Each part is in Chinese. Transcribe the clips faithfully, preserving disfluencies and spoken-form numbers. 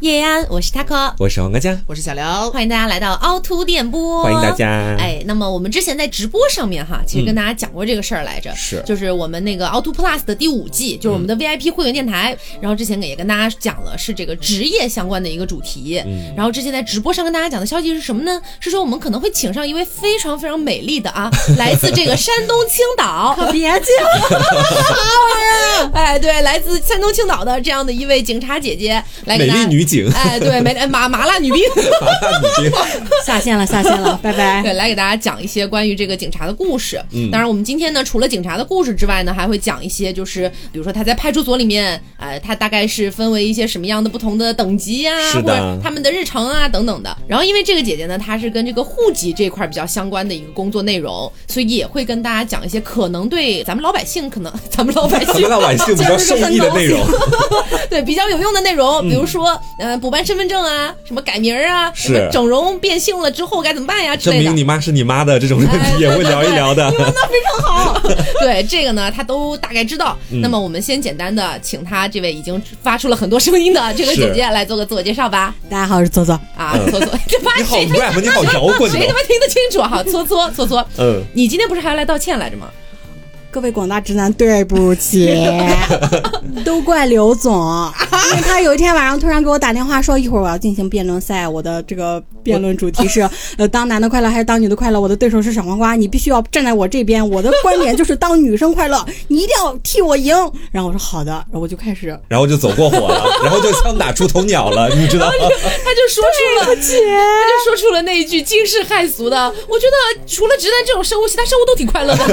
叶安，我是 Taco， 我是黄瓜酱， 我是小刘， 欢迎大家来到凹凸电波， 欢迎大家。 哎，那么我们之前在直播上面哈，其实跟大家讲过这个事儿来着， 嗯、是， 就是我们那个凹凸 Plus 的第五季，就是我们的 V I P 会员电台，嗯、然后之前也跟大家讲了是这个职业相关的一个主题，嗯，然后之前在直播上跟大家讲的消息是什么呢？是说我们可能会请上一位非常非常美丽的啊，来自这个山东青岛， 可别介了，哎，对，来自山东青岛的这样的一位警察姐姐来给大家， 美丽女警， 哎，对，美麻麻辣女兵， 麻辣女兵下线了，下线了，拜拜。 对，来给大家讲一些关于这个警察的故事。嗯，当然我们今天呢，除了警察的故事之外呢，还会讲一些就是比如说他在派出所里面，呃，他大概是分为一些什么样的不同的等级啊， 是的， 或者他们的日程啊等等的。然后因为这个姐姐呢，她是跟这个户籍这块比较相关的一个工作内容，所以也会跟大家讲一些可能对咱们老百姓可能咱们老百姓咱们老百姓比较受益的内容， 对，比较有用的内容，比如说、嗯、呃补办身份证啊，什么改名啊，什么整容变性了之后该怎么办呀之类的， 证明你妈是你妈的这种问题也会聊一聊的。 你问的非常好。对，这个呢他都大概知道、嗯、那么我们先简单的请他这位已经发出了很多声音的这个姐姐来做个自我介绍吧。 大家好，我是搓搓啊，搓搓、嗯、 你好 rap 你好摇滚， 谁他妈听得清楚？好，搓搓搓搓， 嗯， 你今天不是还要来道歉来着吗？ 各位广大直男对不起，都怪刘总，因为他有一天晚上突然给我打电话说一会儿我要进行辩论赛，我的这个辩论主题是呃当男的快乐还是当女的快乐，我的对手是小黄瓜，你必须要站在我这边，我的观点就是当女生快乐，你一定要替我赢。然后我说好的，然后我就开始， 然后就走过火了，然后就枪打出头鸟了，你知道吗？ 他就说出了，他就说出了那一句惊世骇俗的，我觉得除了直男这种生物，其他生物都挺快乐的。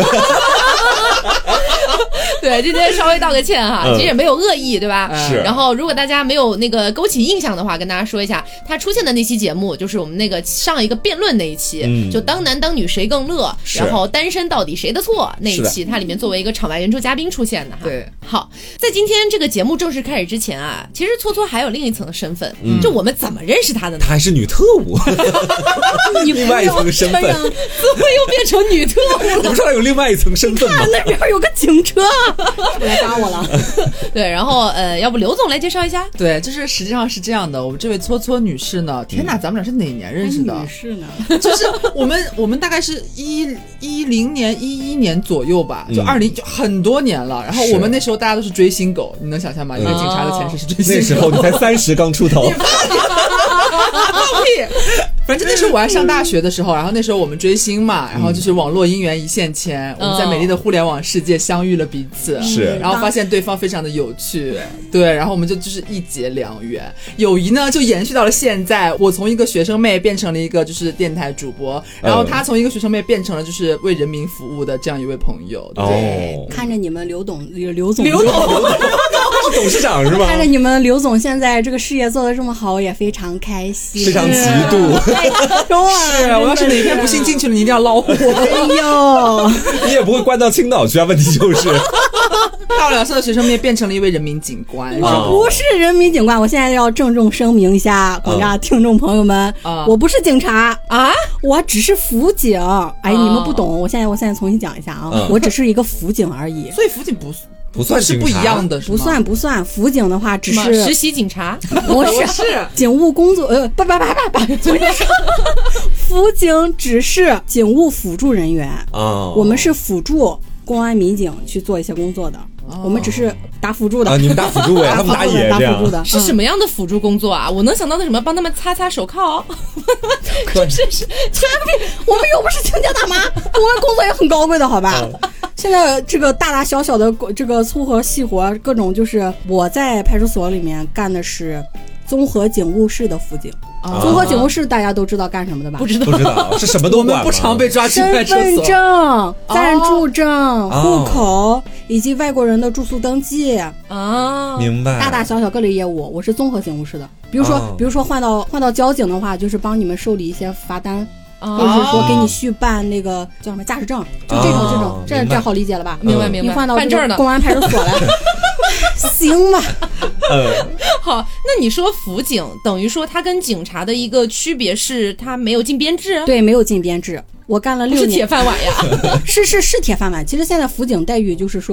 对，今天稍微道个歉哈，其实也没有恶意，对吧？ 是。 然后，如果大家没有那个勾起印象的话，跟大家说一下，他出现的那期节目就是我们那个上一个辩论那一期，嗯、就当男当女谁更乐，然后单身到底谁的错那一期，它里面作为一个场外援助嘉宾出现的哈。 对。 好，在今天这个节目正式开始之前啊，其实搓搓还有另一层身份，嗯、就我们怎么认识他的呢？ 他还是女特务，另外一层身份，怎么又变成女特务了？ 你不说他有另外一层身份吗？ 那边有个警车来打我了。 对，然后呃，要不刘总来介绍一下？ 对，就是实际上是这样的，我们这位搓搓女士呢，天哪，咱们俩是哪年认识的？ 女士呢？ 就是我们我们大概是一一零年一一年左右吧，就二零就很多年了。然后我们那时候大家都是追星狗，你能想象吗？一个警察的前世是追星狗， 那时候你才三十刚出头。 放屁！反正那时候我还上大学的时候，然后那时候我们追星嘛，然后就是网络姻缘一线牵，我们在美丽的互联网世界相遇了彼此， 是， 然后发现对方非常的有趣，对，然后我们就就是一结良缘，友谊呢就延续到了现在。我从一个学生妹变成了一个就是电台主播，然后他从一个学生妹变成了就是为人民服务的这样一位朋友。对， 哦、 看着你们刘董，刘总， 刘总， 是董事长是吗？ 看着你们刘总现在这个事业做得这么好，我也非常开心， 非常嫉妒。 是，我要是哪天不幸进去了，你一定要捞我。 哎呦， 你也不会关到青岛去啊？问题就是大我两岁的学生妹变成了一位人民警官。 我不是人民警官，我现在要郑重声明一下，广大听众朋友们， 嗯、 我不是警察啊， 我只是辅警。哎，你们不懂，我现在我现在重新讲一下啊，嗯、我只是一个辅警而已。 所以辅警不不算是不一样的， 不算不算，辅警的话只是实习警察， 不是是警务工作，呃，不不不不不，辅警只是警务辅助人员啊，我们是辅助公安民警去做一些工作的。我们只是打辅助的啊，你们打辅助哎，他们打野打辅助的， 是什么样的辅助工作啊？我能想到的什么，帮他们擦擦手铐，是是， 我们又不是倾家大妈，我们工作也很高贵的，好吧？现在这个大大小小的这个粗活细活，各种就是我在派出所里面干的是综合警务室的辅警。综合警务室大家都知道干什么的吧？ 不知道， 不知道是什么都管吗？ 我们不常被抓进派出所。 身份证、暂住证、户口以及外国人的住宿登记啊， 明白。 大大小小各类业务，我是综合警务室的。比如说，比如说换到换到交警的话，就是帮你们受理一些罚单。或者是说给你续办那个叫什么驾驶证，就这种这种，这这好理解了吧？ 明白明白。 你换到办证的公安派出所来，行吧？ 嗯， 好，那你说辅警等于说他跟警察的一个区别是他没有进编制？ 对，没有进编制。我干了六年， 不是铁饭碗呀。 是是是铁饭碗。其实现在辅警待遇就是说，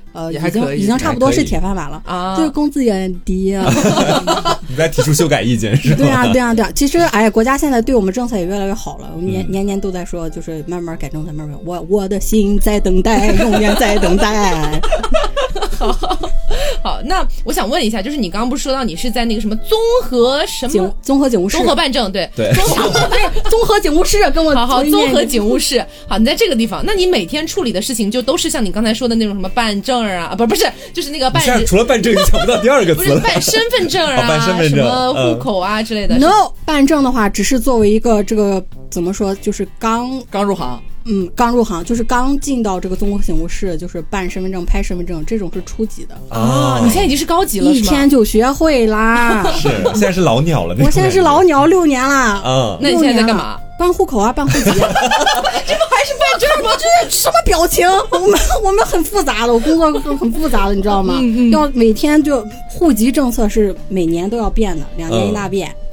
呃， 也还可以已经已经差不多是铁饭碗了啊， 就是工资也低啊。 你在提出修改意见是吧？ 对啊，对啊，对啊。其实，哎，国家现在对我们政策也越来越好了，我们年、嗯、年年都在说，就是慢慢改政策，慢慢我我的心在等待，永远在等待。 好好，那我想问一下，就是你刚刚不是说到你是在那个什么综合什么综合警务室综合办证，对对， 综合综合警务室跟我好好综合警务室。好，你在这个地方，那你每天处理的事情就都是像你刚才说的那种什么办证啊，啊不不是，就是那个办。 现在除了办证，你想不到第二个词了。 不是办身份证啊， 哦、办身份证、 什么户口啊、嗯、之类的。 No， 办证的话，只是作为一个这个怎么说，就是刚刚入行。 嗯，刚入行就是刚进到这个综合警务室，就是办身份证、拍身份证，这种是初级的啊。你现在已经是高级了， 一天就学会啦。 是，现在是老鸟了。 我现在是老鸟六年了。 嗯， 那你现在在干嘛？ 办户口啊，办户籍。这不还是办证吗？ 这是什么表情？我们我们很复杂的，我工作很很复杂的，你知道吗？嗯嗯要每天就户籍政策是每年都要变的，两年一大变。嗯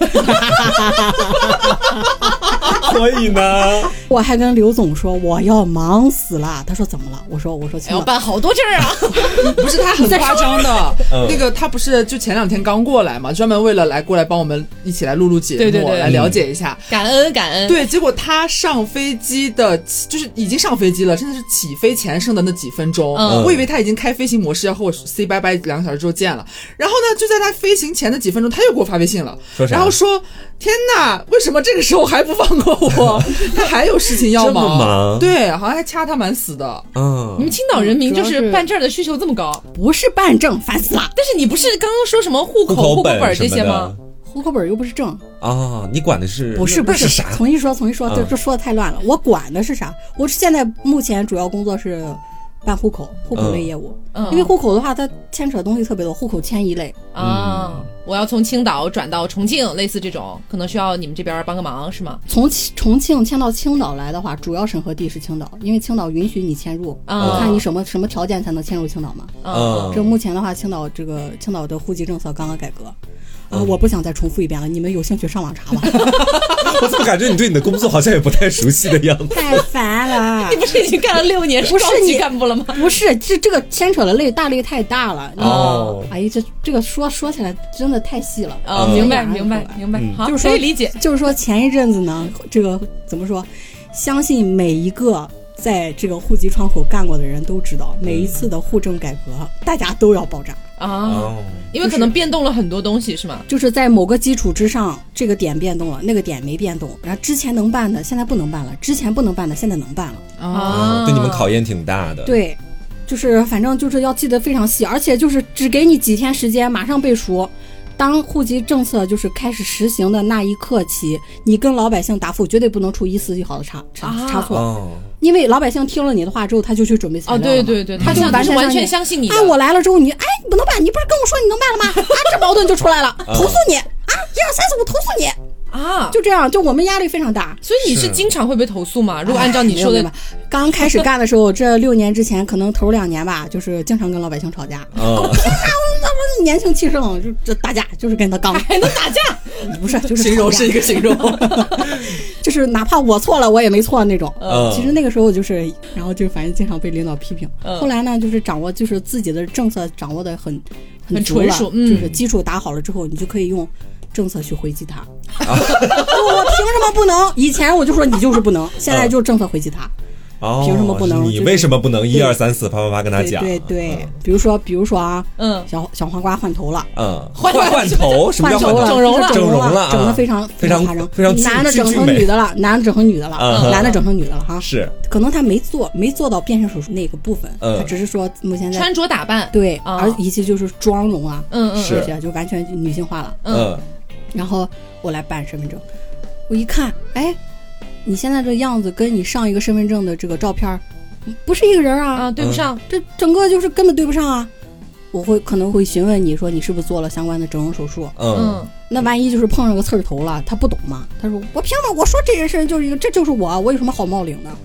所以呢， 我还跟刘总说我要忙死了。他说怎么了？我说我说要办好多证啊。 不是，他很夸张的。那个他不是就前两天刚过来嘛，专门为了来过来帮我们一起来录录节目， 对对对， 来了解一下。 感恩感恩。 对，结果他上飞机的，就是已经上飞机了，真的是起飞前剩的那几分钟，嗯、我以为他已经开飞行模式要和我 say 拜拜，两个小时之后见了。然后呢，就在他飞行前的几分钟，他又给我发微信了，然后说：“天哪，为什么这个时候还不放过我？他还有事情要忙。”这么忙？对，好像还掐他蛮死的。 嗯， 你们青岛人民就是办证的需求这么高？ 不是办证，烦死了。 但是你不是刚刚说什么户口、户口本这些吗？ 户口本又不是证啊，你管的是不是不是啥？ 重新说，重新说，这这说的太乱了。我管的是啥？我现在目前主要工作是办户口，户口类业务。嗯，因为户口的话，它牵扯的东西特别多，户口迁移类啊。嗯，我要从青岛转到重庆，类似这种，可能需要你们这边帮个忙，是吗？ 从重庆迁到青岛来的话，主要审核地是青岛，因为青岛允许你迁入。嗯，我看你什么什么条件才能迁入青岛嘛？嗯，这目前的话，青岛这个青岛的户籍政策刚刚改革。啊、呃，我不想再重复一遍了，你们有兴趣上网查吧。 我怎么感觉你对你的工作好像也不太熟悉的样子？ 太烦了！ 你不是已经干了六年， 不是你干部了吗？ 不是，这这个牵扯的类大类太大了。 哦， 哎，这这个说说起来真的太细了。 哦，明白明白明白，嗯、好， 就是说可以理解。 就是说前一阵子呢，这个怎么说？相信每一个在这个户籍窗口干过的人都知道，每一次的户政改革，大家都要爆炸。 啊、哦，因为可能变动了很多东西，是吗？ 就是在某个基础之上，这个点变动了，那个点没变动，然后之前能办的现在不能办了，之前不能办的现在能办了。 啊、哦，对你们考验挺大的。 对，就是反正就是要记得非常细，而且就是只给你几天时间，马上背熟。当户籍政策就是开始实行的那一刻起，你跟老百姓答复绝对不能出一丝一毫的差差、啊、差错。哦，因为老百姓听了你的话之后，他就去准备材料了。 哦，对对对，他就完全完全相信你。 哎，我来了之后，你哎你不能办，你不是跟我说你能办了吗？啊，这矛盾就出来了，投诉你啊，一二三四五投诉你啊， 就这样，就我们压力非常大。 所以你是经常会被投诉吗？如果按照你说的，哎、 刚开始干的时候，这六年之前，可能头两年吧，就是经常跟老百姓吵架。哦，凭啥我年轻气盛，就这打架，就是跟他刚还能打架？ 不是，就是形容是一个形容， 就是哪怕我错了，我也没错那种。嗯，其实那个时候就是，然后就反正经常被领导批评。嗯、后来呢，就是掌握就是自己的政策掌握的很很纯熟，嗯， 就是基础打好了之后，你就可以用政策去回击他。啊、我凭什么不能？以前我就说你就是不能，现在就政策回击他。 哦， 凭什么不能？ 你为什么不能？一二三四，啪啪啪跟他讲。 对对对，嗯、比如说，比如说啊，嗯，小小黄瓜换头了， 嗯，换换头，什么叫换头了？ 整容了， 整容了， 整的非常非常夸张， 非常男的整成女的了，男的整成女的了，嗯、男的整成女的了哈。 是， 可能他没做，没做到变性手术那个部分，嗯、他只是说目前在穿着打扮， 对， 哦、 而以及就是妆容啊， 嗯嗯， 这些就完全女性化了， 嗯。 然后我来办身份证，我一看，哎，你现在这样子跟你上一个身份证的这个照片不是一个人啊， 啊，对不上， 这整个就是根本对不上啊。我会可能会询问你说你是不是做了相关的整容手术， 嗯， 那万一就是碰上个刺儿头了，他不懂嘛，他说我凭什么我说这件事就是一个，这就是我，我有什么好冒领的？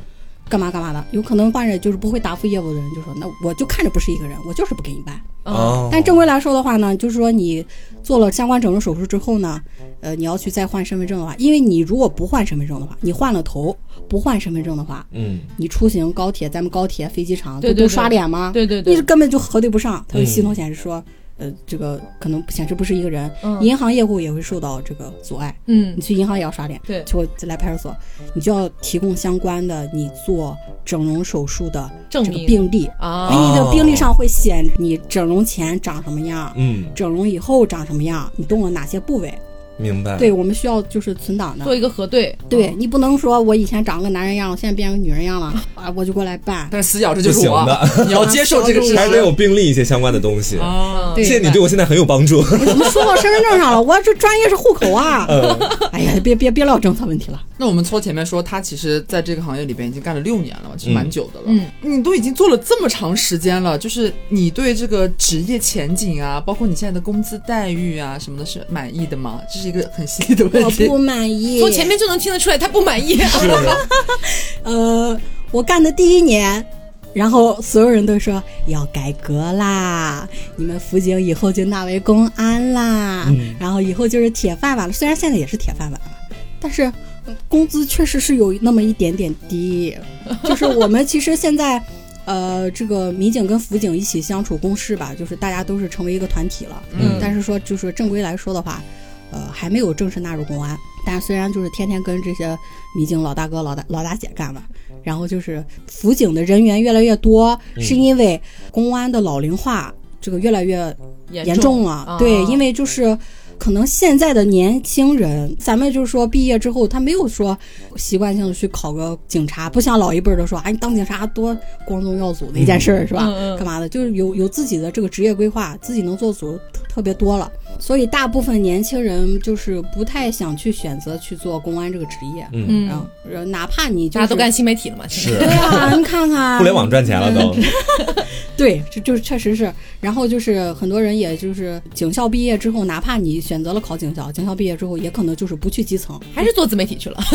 干嘛干嘛的，有可能患者就是不会答复业务的人就说，那我就看着不是一个人，我就是不给你办。 哦， 但正规来说的话呢，就是说你做了相关整容手术之后呢，呃，你要去再换身份证的话，因为你如果不换身份证的话，你换了头不换身份证的话， 嗯， 你出行高铁，咱们高铁、飞机场对对对都都刷脸吗？ 对对对， 你根本就核对不上，它的系统显示说。呃，这个可能显示不是一个人， 嗯、 银行业务也会受到这个阻碍。 嗯， 你去银行也要刷脸， 对， 就来派出所，你就要提供相关的你做整容手术的这个病历啊， 因为你的病历上会写你整容前长什么样， 嗯， 整容以后长什么样，你动了哪些部位。 明白。 对，我们需要就是存档的， 做一个核对。 对、嗯、你不能说我以前长个男人样，现在变成女人样了啊，我就过来办。 但是死咬这就是我，你要接受这个事实， 还得有病历一些相关的东西。 哦， 谢谢你对我现在很有帮助。 你怎么说到身份证上了？我这专业是户口啊。嗯、哎呀，别别别聊政策问题了。 那我们从前面说，他其实在这个行业里边已经干了六年了，其实蛮久的了。 嗯， 你都已经做了这么长时间了，就是你对这个职业前景啊，包括你现在的工资待遇啊什么的，是满意的吗？这是一个很犀利的。 我不满意， 从前面就能听得出来他不满意。 是呃，我干的第一年，然后所有人都说要改革啦，你们辅警以后就纳为公安啦、嗯，然后以后就是铁饭碗了。虽然现在也是铁饭碗了，但是工资确实是有那么一点点低。就是我们其实现在。呃，这个民警跟辅警一起相处公示吧，就是大家都是成为一个团体了。嗯，但是说就是正规来说的话，呃，还没有正式纳入公安。但是虽然就是天天跟这些民警老大哥、老大老大姐干吧，然后就是辅警的人员越来越多，嗯、是因为公安的老龄化这个越来越严重了。 重对、 哦， 因为就是可能现在的年轻人，咱们就是说毕业之后，他没有说习惯性的去考个警察，不像老一辈的说，哎，你当警察多光宗耀祖的一件事儿、嗯、是吧？ 嗯嗯、 干嘛的？就是有有自己的这个职业规划，自己能做主特别多了，所以大部分年轻人就是不太想去选择去做公安这个职业。 嗯， 然后哪怕你、就是、 大家都干新媒体了嘛，其实对啊，你看看互联网赚钱了都。 对，这就是确实是。然后就是很多人也就是警校毕业之后，哪怕你选择了考警校，警校毕业之后也可能就是不去基层， 还是做自媒体去了。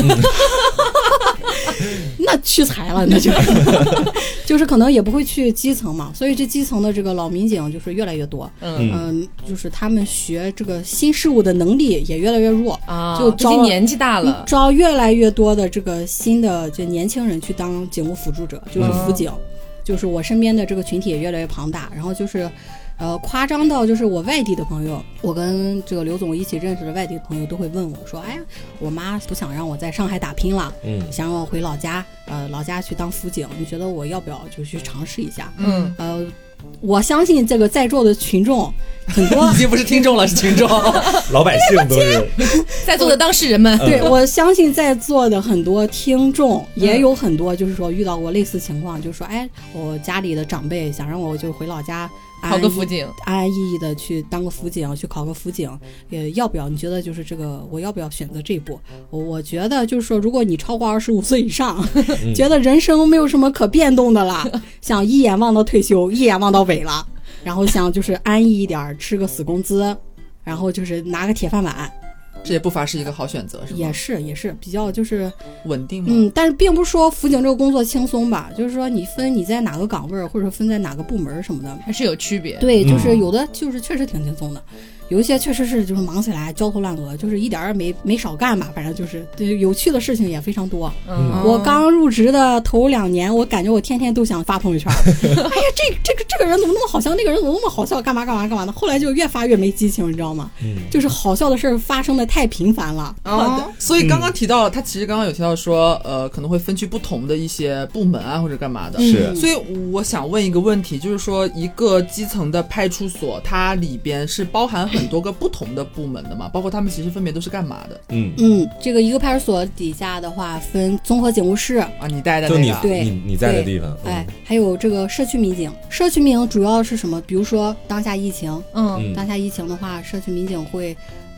那屈才了，那就就是可能也不会去基层嘛。所以这基层的这个老民警就是越来越多。嗯、呃、就是他们学这个新事物的能力也越来越弱啊， 就招年纪大了， 招越来越多的这个新的就年轻人去当警务辅助者，就是辅警。嗯，就是我身边的这个群体也越来越庞大，然后就是呃夸张到就是我外地的朋友，我跟这个刘总一起认识的外地的朋友都会问我说，哎呀，我妈不想让我在上海打拼了，嗯，想让我回老家，呃老家去当辅警，你觉得我要不要就去尝试一下？嗯，呃我相信这个在座的群众很多已经不是听众了，是群众， 老百姓都是在座的当事人们。 对，我相信在座的很多听众也有很多就是说遇到过类似情况，就是说哎，我家里的长辈想让我就回老家考个辅警， 安安逸逸的去当个辅警，去考个辅警，呃，要不要？你觉得就是这个，我要不要选择这一步？我我觉得就是说，如果你超过二十五岁以上，嗯、觉得人生没有什么可变动的了，想一眼望到退休，一眼望到尾了，然后想就是安逸一点，吃个死工资，然后就是拿个铁饭碗。 这也不乏是一个好选择，是吧？ 也是也是比较就是稳定嘛。 嗯，但是并不是说辅警这个工作轻松吧，就是说你分你在哪个岗位或者分在哪个部门什么的， 还是有区别。 对，就是有的就是确实挺轻松的。嗯，有一些确实是就是忙起来焦头烂额，就是一点儿没没少干吧，反正就是对有趣的事情也非常多。嗯，我刚入职的头两年，我感觉我天天都想发朋友圈。哎呀，这这个这个人怎么那么好笑，那个人怎么那么好笑，干嘛干嘛干嘛的。后来就越发越没激情，你知道吗？嗯，就是好笑的事儿发生的太频繁了。 啊，所以刚刚提到了，他其实刚刚有提到说，呃，可能会分去不同的一些部门啊，或者干嘛的。 是， 所以我想问一个问题，就是说一个基层的派出所，它里边是包含很多个不同的部门的嘛？包括他们其实分别都是干嘛的？ 嗯嗯，这个一个派出所底下的话分综合警务室啊，你待的那个，就你对你你在的地方， 嗯、哎，还有这个社区民警。社区民警主要是什么？比如说当下疫情，嗯，当下疫情的话，社区民警会。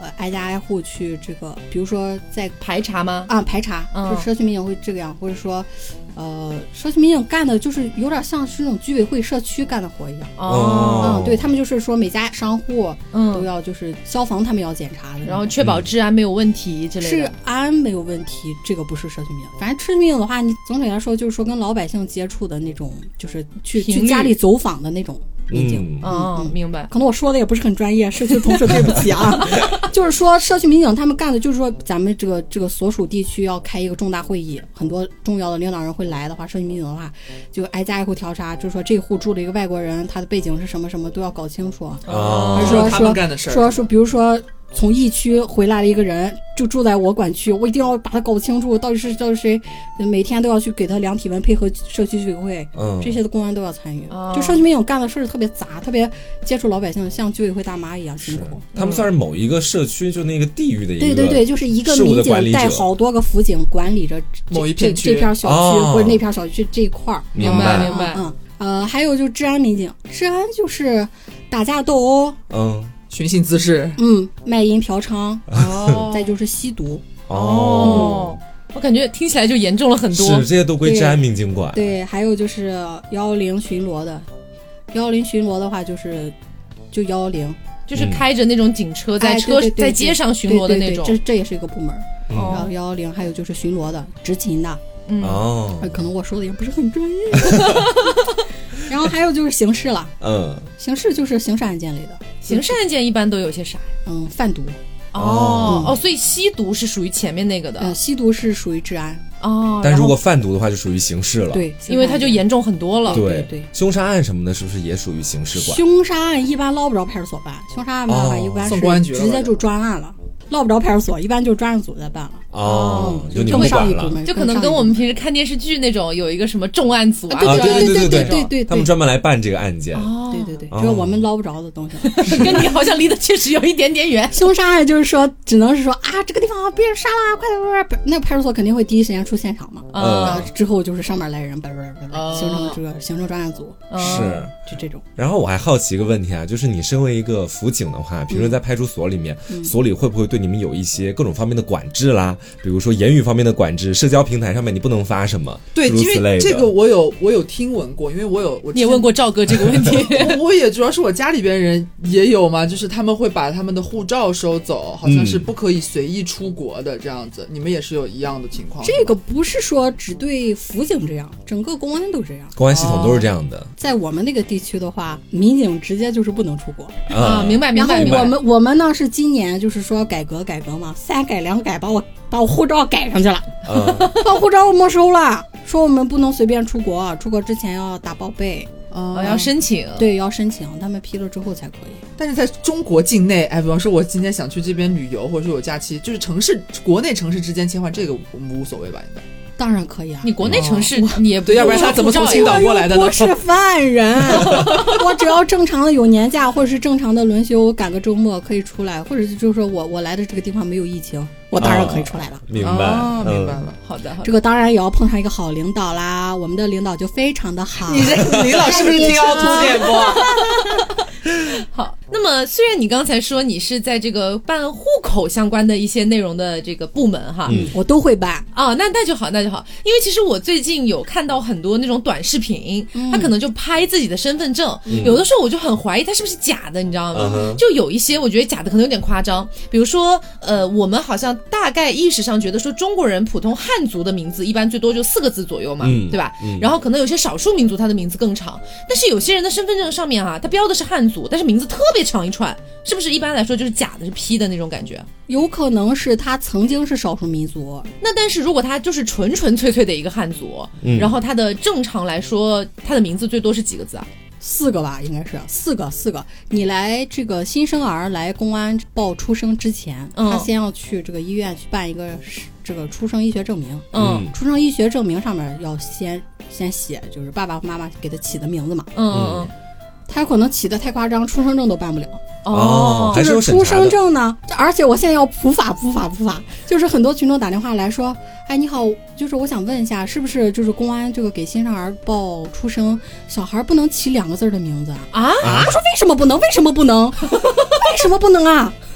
呃挨家挨户去这个，比如说在排查吗？ 啊排查， 嗯、 就社区民警会这个样，或者说。呃，社区民警干的就是有点像是那种居委会社区干的活一样。 哦， 嗯，对他们就是说每家商户嗯都要就是消防他们要检查的， 然后确保治安没有问题之类的。 治安没有问题，这个不是社区民警。反正社区民警的话，你总体来说就是说跟老百姓接触的那种，就是去去家里走访的那种民警。 嗯，嗯嗯明白。 可能我说的也不是很专业，社区同事对不起啊。就是说社区民警他们干的就是说咱们这个这个所属地区要开一个重大会议，很多重要的领导人会来的话，社区民警的话就挨家挨户调查，就是说这户住了一个外国人，他的背景是什么什么都要搞清楚。 哦， 还说他们干的事儿， 说说比如说从疫区回来了一个人，就住在我管区，我一定要把他搞清楚到底是到底谁，每天都要去给他量体温，配合社区居委会， 嗯， 这些的公安都要参与。 哦、 就社区民警干的事儿特别杂，特别接触老百姓，像居委会大妈一样辛苦。 他们算是某一个社区就那个地域的一个， 对对对，就是一个民警带好多个辅警管理着某一片区这片小区、 哦、 或者那片小区这一块儿。 明白明白。 嗯呃，还有就是治安民警，治安就是打架斗殴， 嗯。 寻衅滋事， 嗯，卖淫嫖娼， 哦， 再就是吸毒， 哦，我感觉听起来就严重了很多。 是，这些都归治安民警管。 对，对还有就是幺幺零巡逻的，幺幺零巡逻的话就是就幺幺零， 就是开着那种警车在车、 哎、对对对在街上巡逻的那种。 对对对这这也是一个部门。 嗯、 然后幺幺零还有就是巡逻的、执勤的。 嗯哦， 可能我说的也不是很专业。然后还有就是刑事了， 嗯， 刑事就是刑事案件类的。 刑事案件一般都有些啥？ 嗯，贩毒。 哦、嗯、哦，所以吸毒是属于前面那个的。 嗯，吸毒是属于治安。 哦， 但如果贩毒的话就属于刑事了。 对， 因为它就严重很多了。 对对对， 凶杀案什么的是不是也属于刑事管？ 凶杀案一般捞不着派出所办，凶杀案办法一般是直接就专案了。捞不着派出所，一般就是专案组在办了。 哦， 嗯、 就你们管了， 就可能跟我们平时看电视剧那种有一个什么重案组啊， 对对对对对对对， 他们专门来办这个案件。 哦，对对对，这是我们捞不着的东西， 跟你好像离得确实有一点点远。 凶杀案就是说，只能是说啊，这个地方被人杀了，快点快点，那派出所肯定会第一时间出现场嘛。 嗯， 之后就是上面来人，叭叭叭，形成这个形成专案组。 是， 就这种。 然后我还好奇一个问题啊，就是你身为一个辅警的话，平时在派出所里面，所里会不会对你们有一些各种方面的管制啦？比如说言语方面的管制，社交平台上面你不能发什么， 对，因为这个我有我有听闻过，因为我有我你也问过赵哥这个问题， 我, 我也主要是我家里边人也有嘛，就是他们会把他们的护照收走，好像是不可以随意出国的这样子。嗯、你们也是有一样的情况？ 这个不是说只对辅警这样，整个公安都这样， 公安系统都是这样的。哦、 在我们那个地区的话，民警直接就是不能出国啊，明白明白明白。 我们我们呢是今年就是说改革改革嘛，三改两改把我。把我护照改上去了，嗯、把护照没收了，说我们不能随便出国，出国之前要打报备， 哦、嗯，要申请， 对，要申请，他们批了之后才可以。 但是在中国境内，哎，比方说我今天想去这边旅游，或者说有假期，就是城市国内城市之间切换，这个我们无所谓吧？应该。 当然可以啊！ 你国内城市你也不、 哦、对，要不然他怎么从青岛过来的呢？ 我是犯人，我只要正常的有年假，或者是正常的轮休，赶个周末可以出来，或者是就是说我我来的这个地方没有疫情，我当然可以出来了。 哦、明白、 哦，明白了。 嗯、 好的，好的。 这个当然也要碰上一个好领导啦，我们的领导就非常的好。 你这领导是不是听凹凸电波？ 好，那么虽然你刚才说你是在这个办户口相关的一些内容的这个部门哈， 嗯，我都会办啊、哦，那那就好，那就好，因为其实我最近有看到很多那种短视频，嗯、他可能就拍自己的身份证，嗯、有的时候我就很怀疑他是不是假的，你知道吗？嗯、就有一些我觉得假的可能有点夸张，比如说呃，我们好像大概意识上觉得说中国人普通汉族的名字一般最多就四个字左右嘛，嗯、对吧？嗯、然后可能有些少数民族他的名字更长，但是有些人的身份证上面啊，他标的是汉族，但是名字特别长一串，是不是一般来说就是假的，是 P 的那种感觉？ 有可能是他曾经是少数民族， 那但是如果他就是纯纯粹粹的一个汉族，嗯、然后他的正常来说，他的名字最多是几个字啊？ 四个吧，应该是四个四个。你来这个新生儿来公安报出生之前，嗯、他先要去这个医院去办一个这个出生医学证明。 嗯， 出生医学证明上面要先先写，就是爸爸妈妈给他起的名字嘛。 嗯嗯。 他有可能起的太夸张，出生证都办不了。 哦， 就是出生证呢，而且我现在要普法普法普法，就是很多群众打电话来说，哎，你好，就是我想问一下，是不是就是公安这个给新生儿报出生，小孩不能起两个字的名字啊？ 我说为什么不能？为什么不能？为什么不能啊？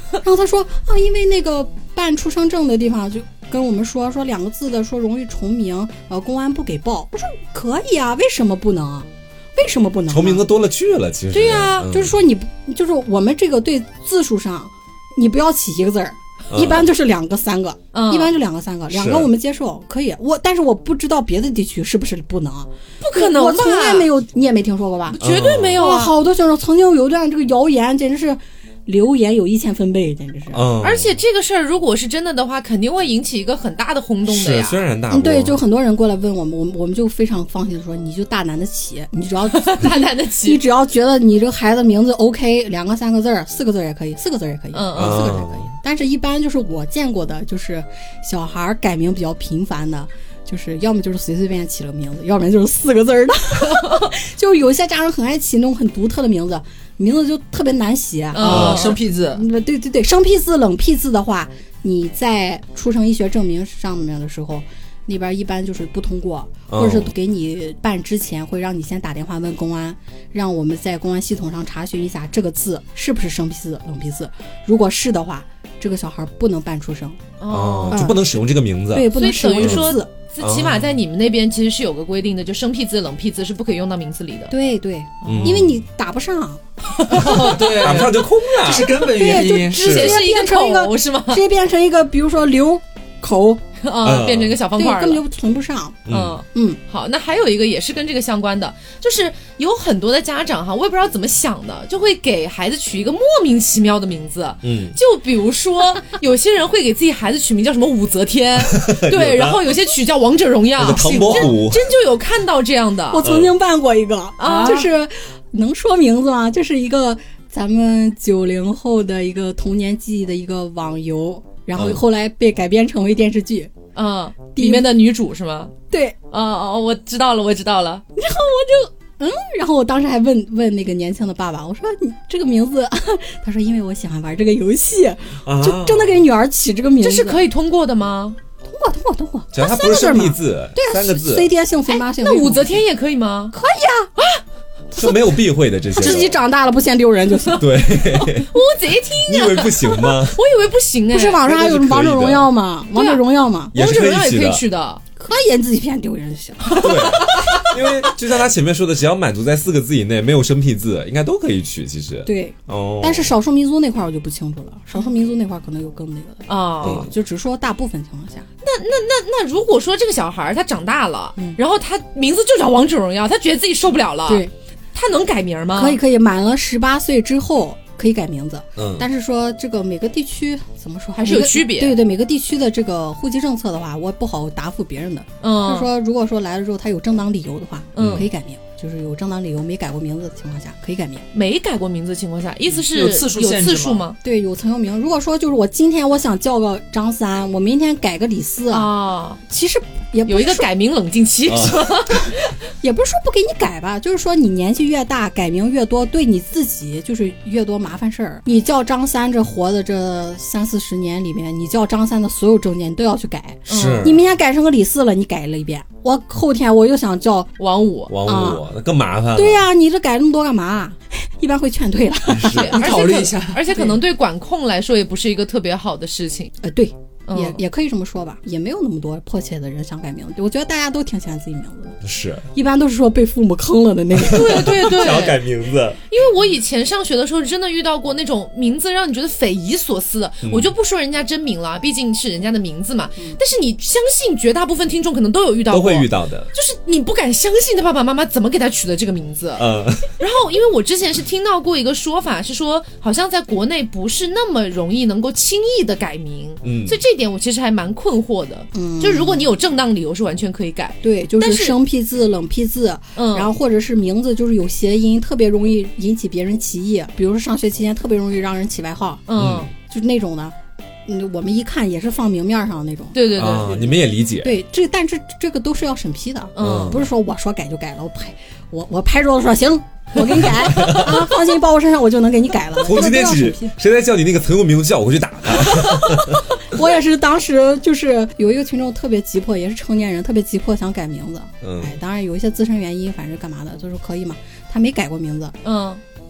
然后他说啊，因为那个办出生证的地方就跟我们说说两个字的说容易重名，呃，公安不给报。我说可以啊，为什么不能？为什么不能？ 重名的多了去了，其实。 对呀、啊嗯、 就是说你就是我们这个对字数上，你不要起一个字儿。一般就是两个三个、嗯、一般就两个三个，两个我们接受可以。我但是我不知道别的地区是不是不能， 不可能吧， 我从来没有，你也没听说过吧？ 绝对没有啊！ 好多学生曾经有一段这个谣言，简直是流言有一千分贝，简直是。 嗯， 而且这个事儿如果是真的的话，肯定会引起一个很大的轰动的呀， 是轩然大波。 对，就很多人过来问我们，我们我们就非常放心的说，你就大胆的起，你只要大胆的起， 你只要觉得你这个孩子名字 OK， 两个三个字儿，四个字也可以，四个字也可以， 嗯嗯，四个字也可以。但是，一般就是我见过的，就是小孩改名比较频繁的，就是要么就是随随便便起了个名字，要不然就是四个字儿的。就有些家长很爱起那种很独特的名字，名字就特别难写啊、 嗯，生僻字。 对对对，生僻字、冷僻字的话，你在出生医学证明上面的时候。那边一般就是不通过，或者是给你办之前会让你先打电话问公安，让我们在公安系统上查询一下这个字是不是生僻字、冷僻字。如果是的话，这个小孩不能办出生， 哦，就不能使用这个名字。 对，不能使用这个字。 起码在你们那边其实是有个规定的，就生僻字、冷僻字是不可以用到名字里的。 对对， 嗯、 因为你打不上， 对， 打不上就空了， 这是根本原因。 直接是变成一个是吗？ 直接变成一个，比如说刘口。 啊、嗯，变成一个小方块了， 根本就存不上。 嗯嗯，好，那还有一个也是跟这个相关的，就是有很多的家长哈，我也不知道怎么想的，就会给孩子取一个莫名其妙的名字。 嗯， 就比如说有些人会给自己孩子取名叫什么武则天，对，然后有些取叫王者荣耀、 唐伯虎， 真就有看到这样的。 我曾经办过一个啊， 就是能说名字吗？就是一个咱们九零后的一个童年记忆的一个网游。然后后来被改编成为电视剧， 嗯，里面的女主是吗？ 对， 哦哦，我知道了，我知道了。 然后我就，嗯，然后我当时还问问那个年轻的爸爸，我说你这个名字，他说因为我喜欢玩这个游戏，啊、就真的给女儿起这个名字， 这是可以通过的吗？ 通过，通过，通过。 只要它不是生僻字， 对啊， 三个字， 随爹姓随妈姓。 那武则天也可以吗？ 可以啊啊！ 就没有避讳的这些， 自己长大了不嫌丢人就行。 对， 武则天， 你以为不行吗？ 我以为不行哎， 不是网上还有王者荣耀吗？王者荣耀吗？ 王者荣耀也可以取的， 可以，你自己嫌丢人就行。 对，因为就像他前面说的，只要满足在四个字以内，没有生僻字，应该都可以取。其实对哦， 但是少数民族那块我就不清楚了，少数民族那块可能有更那个的啊。 对，就只说大部分情况下。 那那那那，如果说这个小孩他长大了，嗯、然后他名字就叫王者荣耀，他觉得自己受不了了， 对。 他能改名吗？ 可以，可以，满了十八岁之后可以改名字。 嗯， 但是说这个每个地区怎么说还是有区别。 对对，每个地区的这个户籍政策的话，我不好答复别人的。嗯，就是说，如果说来了之后他有正当理由的话，嗯，可以改名。就是有正当理由没改过名字的情况下可以改名。 没改过名字的情况下，意思是有次数限制吗？ 有次数吗？ 对，有曾有名。如果说就是我今天我想叫个张三，我明天改个李四啊， 其实也不有一个改名冷静期，是吧？ 也不是说不给你改吧，就是说你年纪越大，改名越多，对你自己就是越多麻烦事儿。你叫张三，这活的这三四十年里面，你叫张三的所有证件你都要去改。 是， 你明天改成个李四了，你改了一遍，我后天我又想叫王五， 王五，那、啊、更麻烦了。 对呀、啊，你这改那么多干嘛？一般会劝退了。 你考虑一下， 而且可能对管控来说也不是一个特别好的事情。 呃，对。 嗯、 也也可以这么说吧，也没有那么多迫切的人想改名字。我觉得大家都挺喜欢自己名字的， 是， 一般都是说被父母坑了的那个。 对对对， 想要改名字。 因为我以前上学的时候，真的遇到过那种名字让你觉得匪夷所思的。嗯、我就不说人家真名了，毕竟是人家的名字嘛。嗯、但是你相信绝大部分听众可能都有遇到过， 都会遇到的。 就是你不敢相信他爸爸妈妈怎么给他取的这个名字。 嗯。 然后，因为我之前是听到过一个说法，是说好像在国内不是那么容易能够轻易的改名。嗯。所以这点我其实还蛮困惑的，嗯，就如果你有正当理由是完全可以改， 对，就是生僻字、冷僻字，嗯，然后或者是名字就是有谐音，特别容易引起别人歧义，比如说上学期间特别容易让人起外号， 嗯， 就是那种的，嗯，我们一看也是放明面上的那种， 对对对， 啊、你们也理解， 对，这但是这个都是要审批的， 嗯， 不是说我说改就改了，我拍我我拍桌子说行。我给你改啊，放心，报我身上我就能给你改了。 从今天起，谁再叫你那个曾用名字叫我回去打他。 我也是当时就是有一个群众特别急迫，也是成年人，特别急迫想改名字。嗯，哎，当然有一些自身原因，反正干嘛的，就是可以嘛。他没改过名字， 嗯，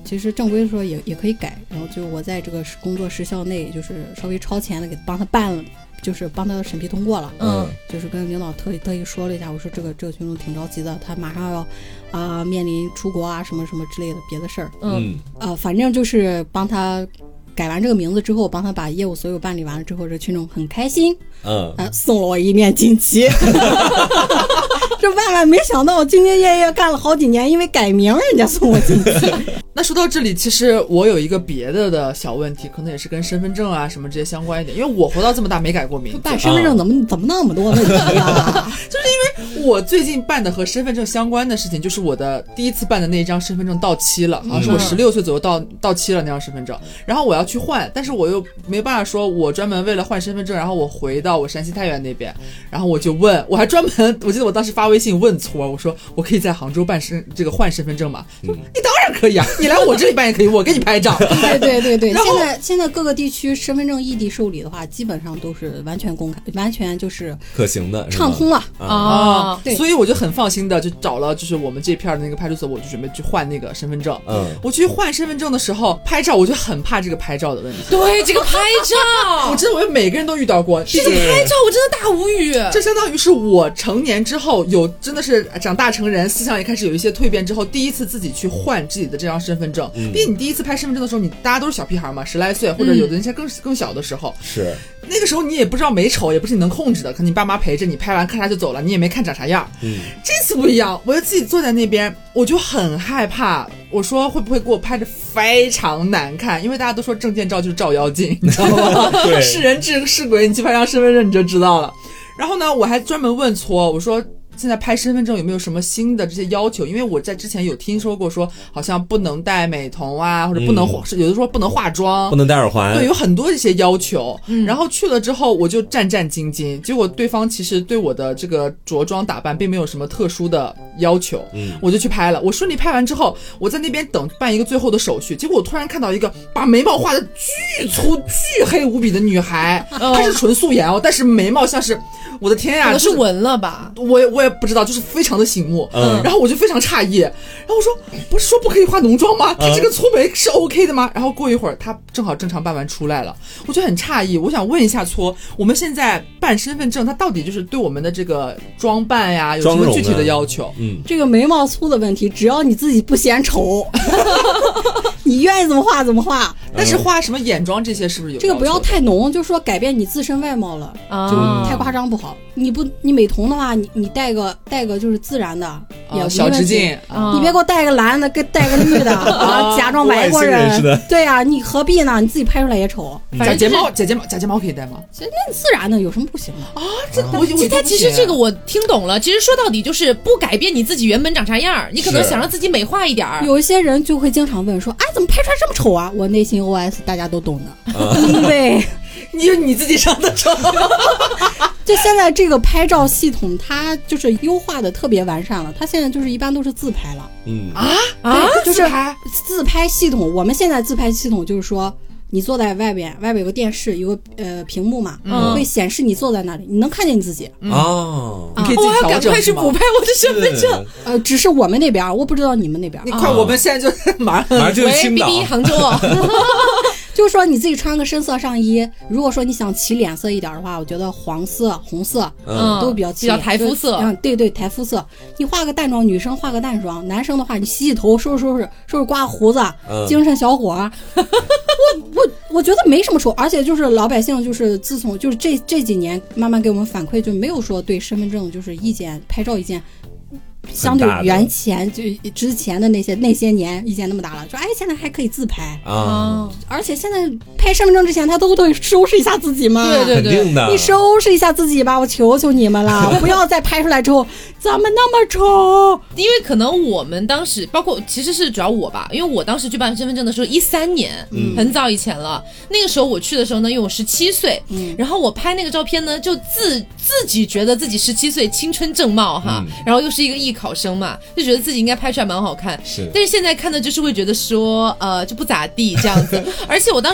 其实正规的说也也可以改，然后就我在这个工作时效内，就是稍微超前的给帮他办了，就是帮他审批通过了。 嗯， 就是跟领导特意特意说了一下，我说这个这个群众挺着急的，他马上要啊、呃、面临出国啊什么什么之类的别的事儿。 嗯， 呃，反正就是帮他改完这个名字之后，帮他把业务所有办理完了之后，这群众很开心， 嗯， 呃，送了我一面锦旗。这万万没想到，我兢兢业业干了好几年，因为改名人家送我锦旗。 那说到这里，其实我有一个别的的小问题，可能也是跟身份证啊什么这些相关一点，因为我活到这么大没改过名字。 办身份证怎么、啊、怎么那么多问题啊？ 就是因为我最近办的和身份证相关的事情，就是我的第一次办的那一张身份证到期了，好像是我十六岁左右到到期了那张身份证，然后我要去换，但是我又没办法说，我专门为了换身份证，然后我回到我山西太原那边，然后我就问，我还专门，我记得我当时发微信问搓，我说我可以在杭州办身这个换身份证吗？嗯、你当然可以啊，你来我这里办也可以，我给你拍照。 对对对对，现在现在各个地区身份证异地受理的话，基本上都是完全公开，完全就是可行的， 畅通了啊、哦。 对， 所以我就很放心的就找了就是我们这片的那个派出所，我就准备去换那个身份证。 嗯， 我去换身份证的时候拍照，我就很怕这个拍照的问题。 对，这个拍照， 我真的我觉得每个人都遇到过。 这个拍照我真的大无语。 这相当于是我成年之后有真的是长大成人，思想也开始有一些蜕变之后，第一次自己去换自己的这张身份证。嗯，毕竟你第一次拍身份证的时候，你大家都是小屁孩嘛，十来岁，或者有的人现在更、嗯、更小的时候， 是那个时候你也不知道美丑，也不是你能控制的，可能你爸妈陪着你拍完看啥就走了，你也没看长啥样。嗯，这次不一样，我就自己坐在那边，我就很害怕，我说会不会给我拍的非常难看？因为大家都说证件照就是照妖镜，你知道吗？ 对， 是人是是鬼，你去拍张身份证你就知道了。然后呢，我还专门问搓，我说现在拍身份证有没有什么新的这些要求？因为我在之前有听说过说好像不能戴美瞳啊，或者不能、嗯、有的说不能化妆， 不能戴耳环， 对，有很多这些要求、嗯、然后去了之后我就战战兢兢，结果对方其实对我的这个着装打扮并没有什么特殊的要求、嗯、我就去拍了。我顺利拍完之后，我在那边等办一个最后的手续，结果我突然看到一个把眉毛画的巨粗巨黑无比的女孩、哦、她是纯素颜哦，但是眉毛像是我的天呀、啊， 可能是纹了吧， 我也我也不知道，就是非常的醒目。嗯，然后我就非常诧异，然后我说不是说不可以化浓妆吗？他这个粗眉是 OK 的吗？然后过一会儿他正好正常办完出来了，我就很诧异。我想问一下搓，我们现在办身份证，他到底就是对我们的这个装扮呀有什么具体的要求？ 嗯，这个眉毛粗的问题，只要你自己不嫌丑，你愿意怎么画怎么画。 但是画什么眼妆这些是不是有？ 这个不要太浓，就是说改变你自身外貌了， 啊、 就太夸张不好。你不你美瞳的话，你你戴个戴个就是自然的，也、 哦、小直径、 啊，你别给我戴个蓝的，给戴个绿的啊，假装外国人。对啊，你何必呢？你自己拍出来也丑。 假睫毛，假睫毛，假睫毛可以戴吗？ 那自然的有什么不行的啊？这我我他其实这个我听懂了，其实说到底就是不改变你自己原本长啥样，你可能想让自己美化一点。 有一些人就会经常问说，哎，怎么拍出来这么丑啊？我内心 O S 大家都懂的，啊、因为你你自己长得丑。 就现在这个拍照系统，它就是优化的特别完善了。它现在就是一般都是自拍了。 嗯啊啊， 就是自拍自拍系统。我们现在自拍系统就是说，你坐在外边，外边有个电视，有个呃屏幕嘛，嗯、会显示你坐在那里，你能看见你自己。 哦， 你可以自己调整。 我要赶快去补拍我的身份证。 呃，只是我们那边，我不知道你们那边。 你快，我们现在就马上马上就青岛， 喂 ，B B 杭州哦。 就是说你自己穿个深色上衣，如果说你想起脸色一点的话，我觉得黄色、红色，嗯，都比较起比较台肤色。 嗯，对对，台肤色。你化个淡妆，女生化个淡妆，男生的话你洗洗头，收拾收拾，收拾刮胡子，嗯、精神小伙。我我我觉得没什么丑，而且就是老百姓就是自从就是这这几年慢慢给我们反馈，就没有说对身份证就是意见拍照意见。相对原前就之前的那些那些年意见那么大了，说哎现在还可以自拍啊、 嗯，而且现在拍身份证之前他都得收拾一下自己嘛， 对对对， 肯定的， 你收拾一下自己吧，我求求你们了，不要再拍出来之后怎么那么丑。 因为可能我们当时包括其实是主要我吧，因为我当时去办身份证的时候一三年、嗯、很早以前了，那个时候我去的时候呢因为我十七岁、嗯、然后我拍那个照片呢就自自己觉得自己十七岁青春正茂哈、嗯、然后又是一个艺考生嘛，就觉得自己应该拍出来蛮好看， 是， 但是现在看的就是会觉得说呃就不咋地这样子。而且我当时的体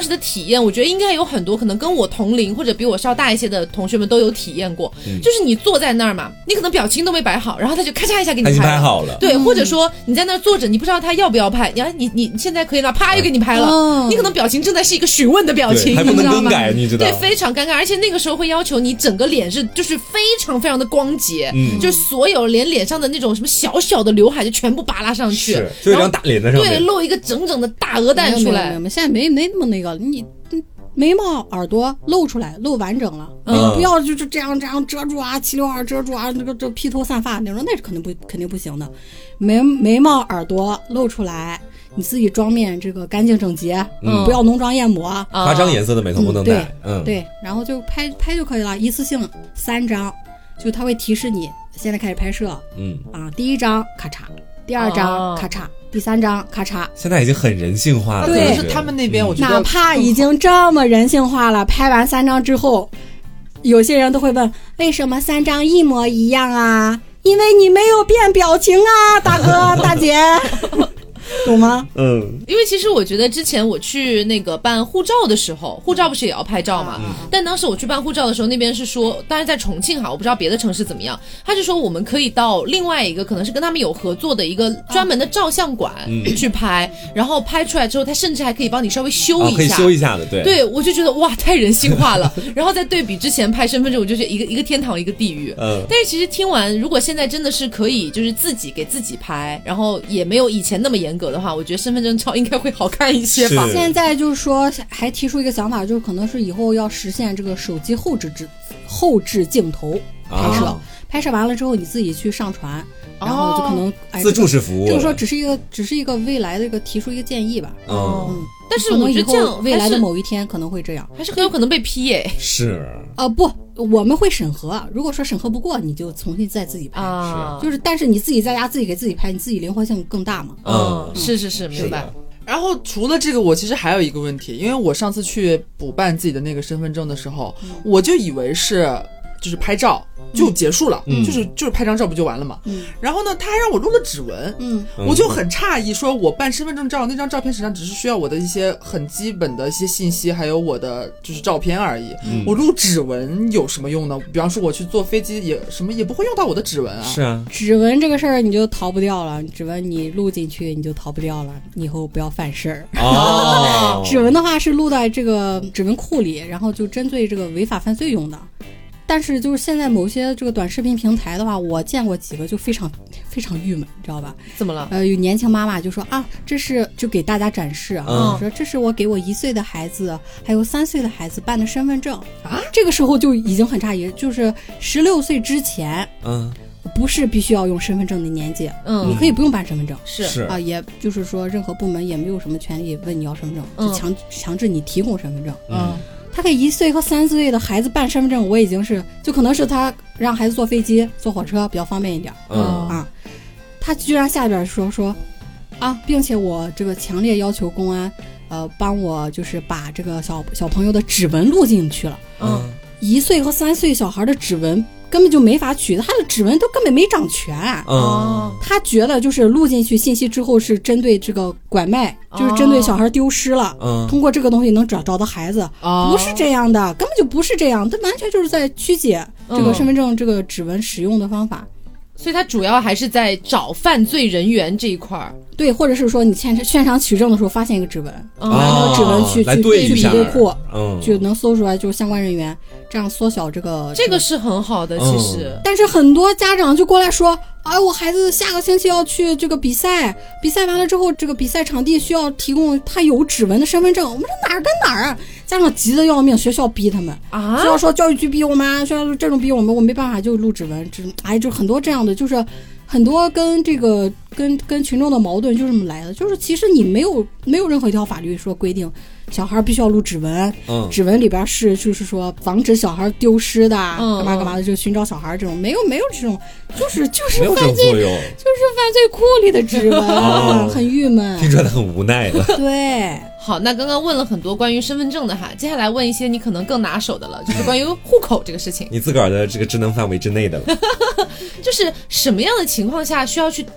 验，我觉得应该有很多可能跟我同龄或者比我稍大一些的同学们都有体验过，嗯、就是你坐在那儿嘛，你可能表情都没摆好，然后他就咔嚓一下给你拍了， 他已经拍好了， 对，嗯、或者说你在那儿坐着，你不知道他要不要拍，呀，你你现在可以了，啪又给你拍了，嗯、你可能表情正在是一个询问的表情， 还不能更改，你知道吗？ 对，非常尴尬，而且那个时候会要求你整个脸是就是非常非常的光洁，嗯、就是所有连脸上的那种什么小小的刘海就全部扒拉上去， 是就一张大脸在上面， 对，露一个整整的大鹅蛋出来。 没有没有，现在没没那么那个，你眉毛耳朵露出来，露完整了，嗯、不要就是这样这样遮住啊，齐刘海遮住啊，那个这披头散发那种，那是肯定不肯定不行的。眉眉毛耳朵露出来，你自己妆面这个干净整洁，嗯，不要浓妆艳抹， 夸张颜色的美瞳不能戴， 嗯，对，对，然后就拍拍就可以了，一次性三张，就它会提示你现在开始拍摄，嗯啊，第一张咔嚓，第二张咔嚓。哦，第三张咔嚓， 现在已经很人性化了。 对， 是他们那边我觉得哪怕已经这么人性化了，拍完三张之后，有些人都会问为什么三张一模一样啊？因为你没有变表情啊，大哥大姐。懂吗？ 嗯， 因为其实我觉得之前我去那个办护照的时候，护照不是也要拍照嘛？嗯、但当时我去办护照的时候，那边是说，当然在重庆哈，我不知道别的城市怎么样，他是说我们可以到另外一个可能是跟他们有合作的一个专门的照相馆去拍，嗯、然后拍出来之后，他甚至还可以帮你稍微修一下，哦、 可以修一下的，对。 对，我就觉得哇，太人性化了。然后再对比之前拍身份证，我就觉得一个一个天堂一个地狱。嗯。但是其实听完，如果现在真的是可以，就是自己给自己拍，然后也没有以前那么严格的话，我觉得身份证照应该会好看一些吧。 现在就是说还提出一个想法，就是可能是以后要实现这个手机后置镜后置镜头拍摄，啊、拍摄完了之后你自己去上传，然后就可能、哦哎、自助式服务， 就是说只是一个只是一个未来的一个提出一个建议吧。 哦、嗯，但是我觉得这样未来的某一天可能会这样， 还是很有可能被批耶。 是啊、呃，不，我们会审核，如果说审核不过，你就重新再自己拍。啊，就是但是你自己在家自己给自己拍，你自己灵活性更大嘛。 嗯，嗯是是是，明白。 然后除了这个，我其实还有一个问题，因为我上次去补办自己的那个身份证的时候，嗯、我就以为是就是拍照就结束了，嗯、就是就是拍张照不就完了嘛。嗯、然后呢，他还让我录了指纹，嗯，我就很诧异，说我办身份证照那张照片实际上只是需要我的一些很基本的一些信息，还有我的就是照片而已。嗯、我录指纹有什么用呢？比方说我去坐飞机也什么也不会用到我的指纹啊。 是啊， 指纹这个事儿你就逃不掉了，指纹你录进去你就逃不掉了，你以后不要犯事儿。哦，指纹的话是录在这个指纹库里，然后就针对这个违法犯罪用的。但是就是现在某些这个短视频平台的话，我见过几个就非常非常郁闷，你知道吧？ 怎么了？ 呃，有年轻妈妈就说啊，这是就给大家展示啊，嗯、说这是我给我一岁的孩子还有三岁的孩子办的身份证啊。这个时候就已经很诧异，就是十六岁之前，嗯，不是必须要用身份证的年纪，嗯，你可以不用办身份证， 是是啊，也就是说任何部门也没有什么权利问你要身份证，嗯、就强强制你提供身份证，嗯。他给一岁和三岁的孩子办身份证，我已经是就可能是他让孩子坐飞机、坐火车比较方便一点，嗯啊，他居然下边说说啊，并且我这个强烈要求公安，呃，帮我就是把这个小小朋友的指纹录进去了，嗯，一岁和三岁小孩的指纹根本就没法取，他的指纹都根本没长全，哦，他觉得就是录进去信息之后是针对这个拐卖。就是针对小孩丢失了，嗯，通过这个东西能找找到孩子，哦，不是这样的，根本就不是这样，它完全就是在曲解这个身份证这个指纹使用的方法， 所以它主要还是在找犯罪人员这一块儿， 对，或者是说你现现场取证的时候发现一个指纹，拿那个指纹去去对比对库，嗯，就能搜出来就是相关人员，这样缩小这个这个是很好的，其实， 嗯，但是很多家长就过来说。哎，我孩子下个星期要去这个比赛，比赛完了之后，这个比赛场地需要提供他有指纹的身份证。我们说哪儿跟哪儿啊？家长急得要命，学校逼他们啊，学校说教育局逼我们，学校这种逼我们，我没办法就录指纹。这哎，就很多这样的，就是很多跟这个跟跟群众的矛盾就这么来的。就是其实你没有没有任何一条法律说规定小孩必须要录指纹，嗯，指纹里边是就是说防止小孩丢失的，嗯，干嘛干嘛的，就寻找小孩这种，没有没有这种，就是就是犯罪，就是犯罪库里的指纹，哦，很郁闷， 听出来很无奈了。 对， 好，那刚刚问了很多关于身份证的哈，接下来问一些你可能更拿手的了，就是关于户口这个事情， 你自个儿的这个职能范围之内的了。 就是什么样的情况下需要去吊销户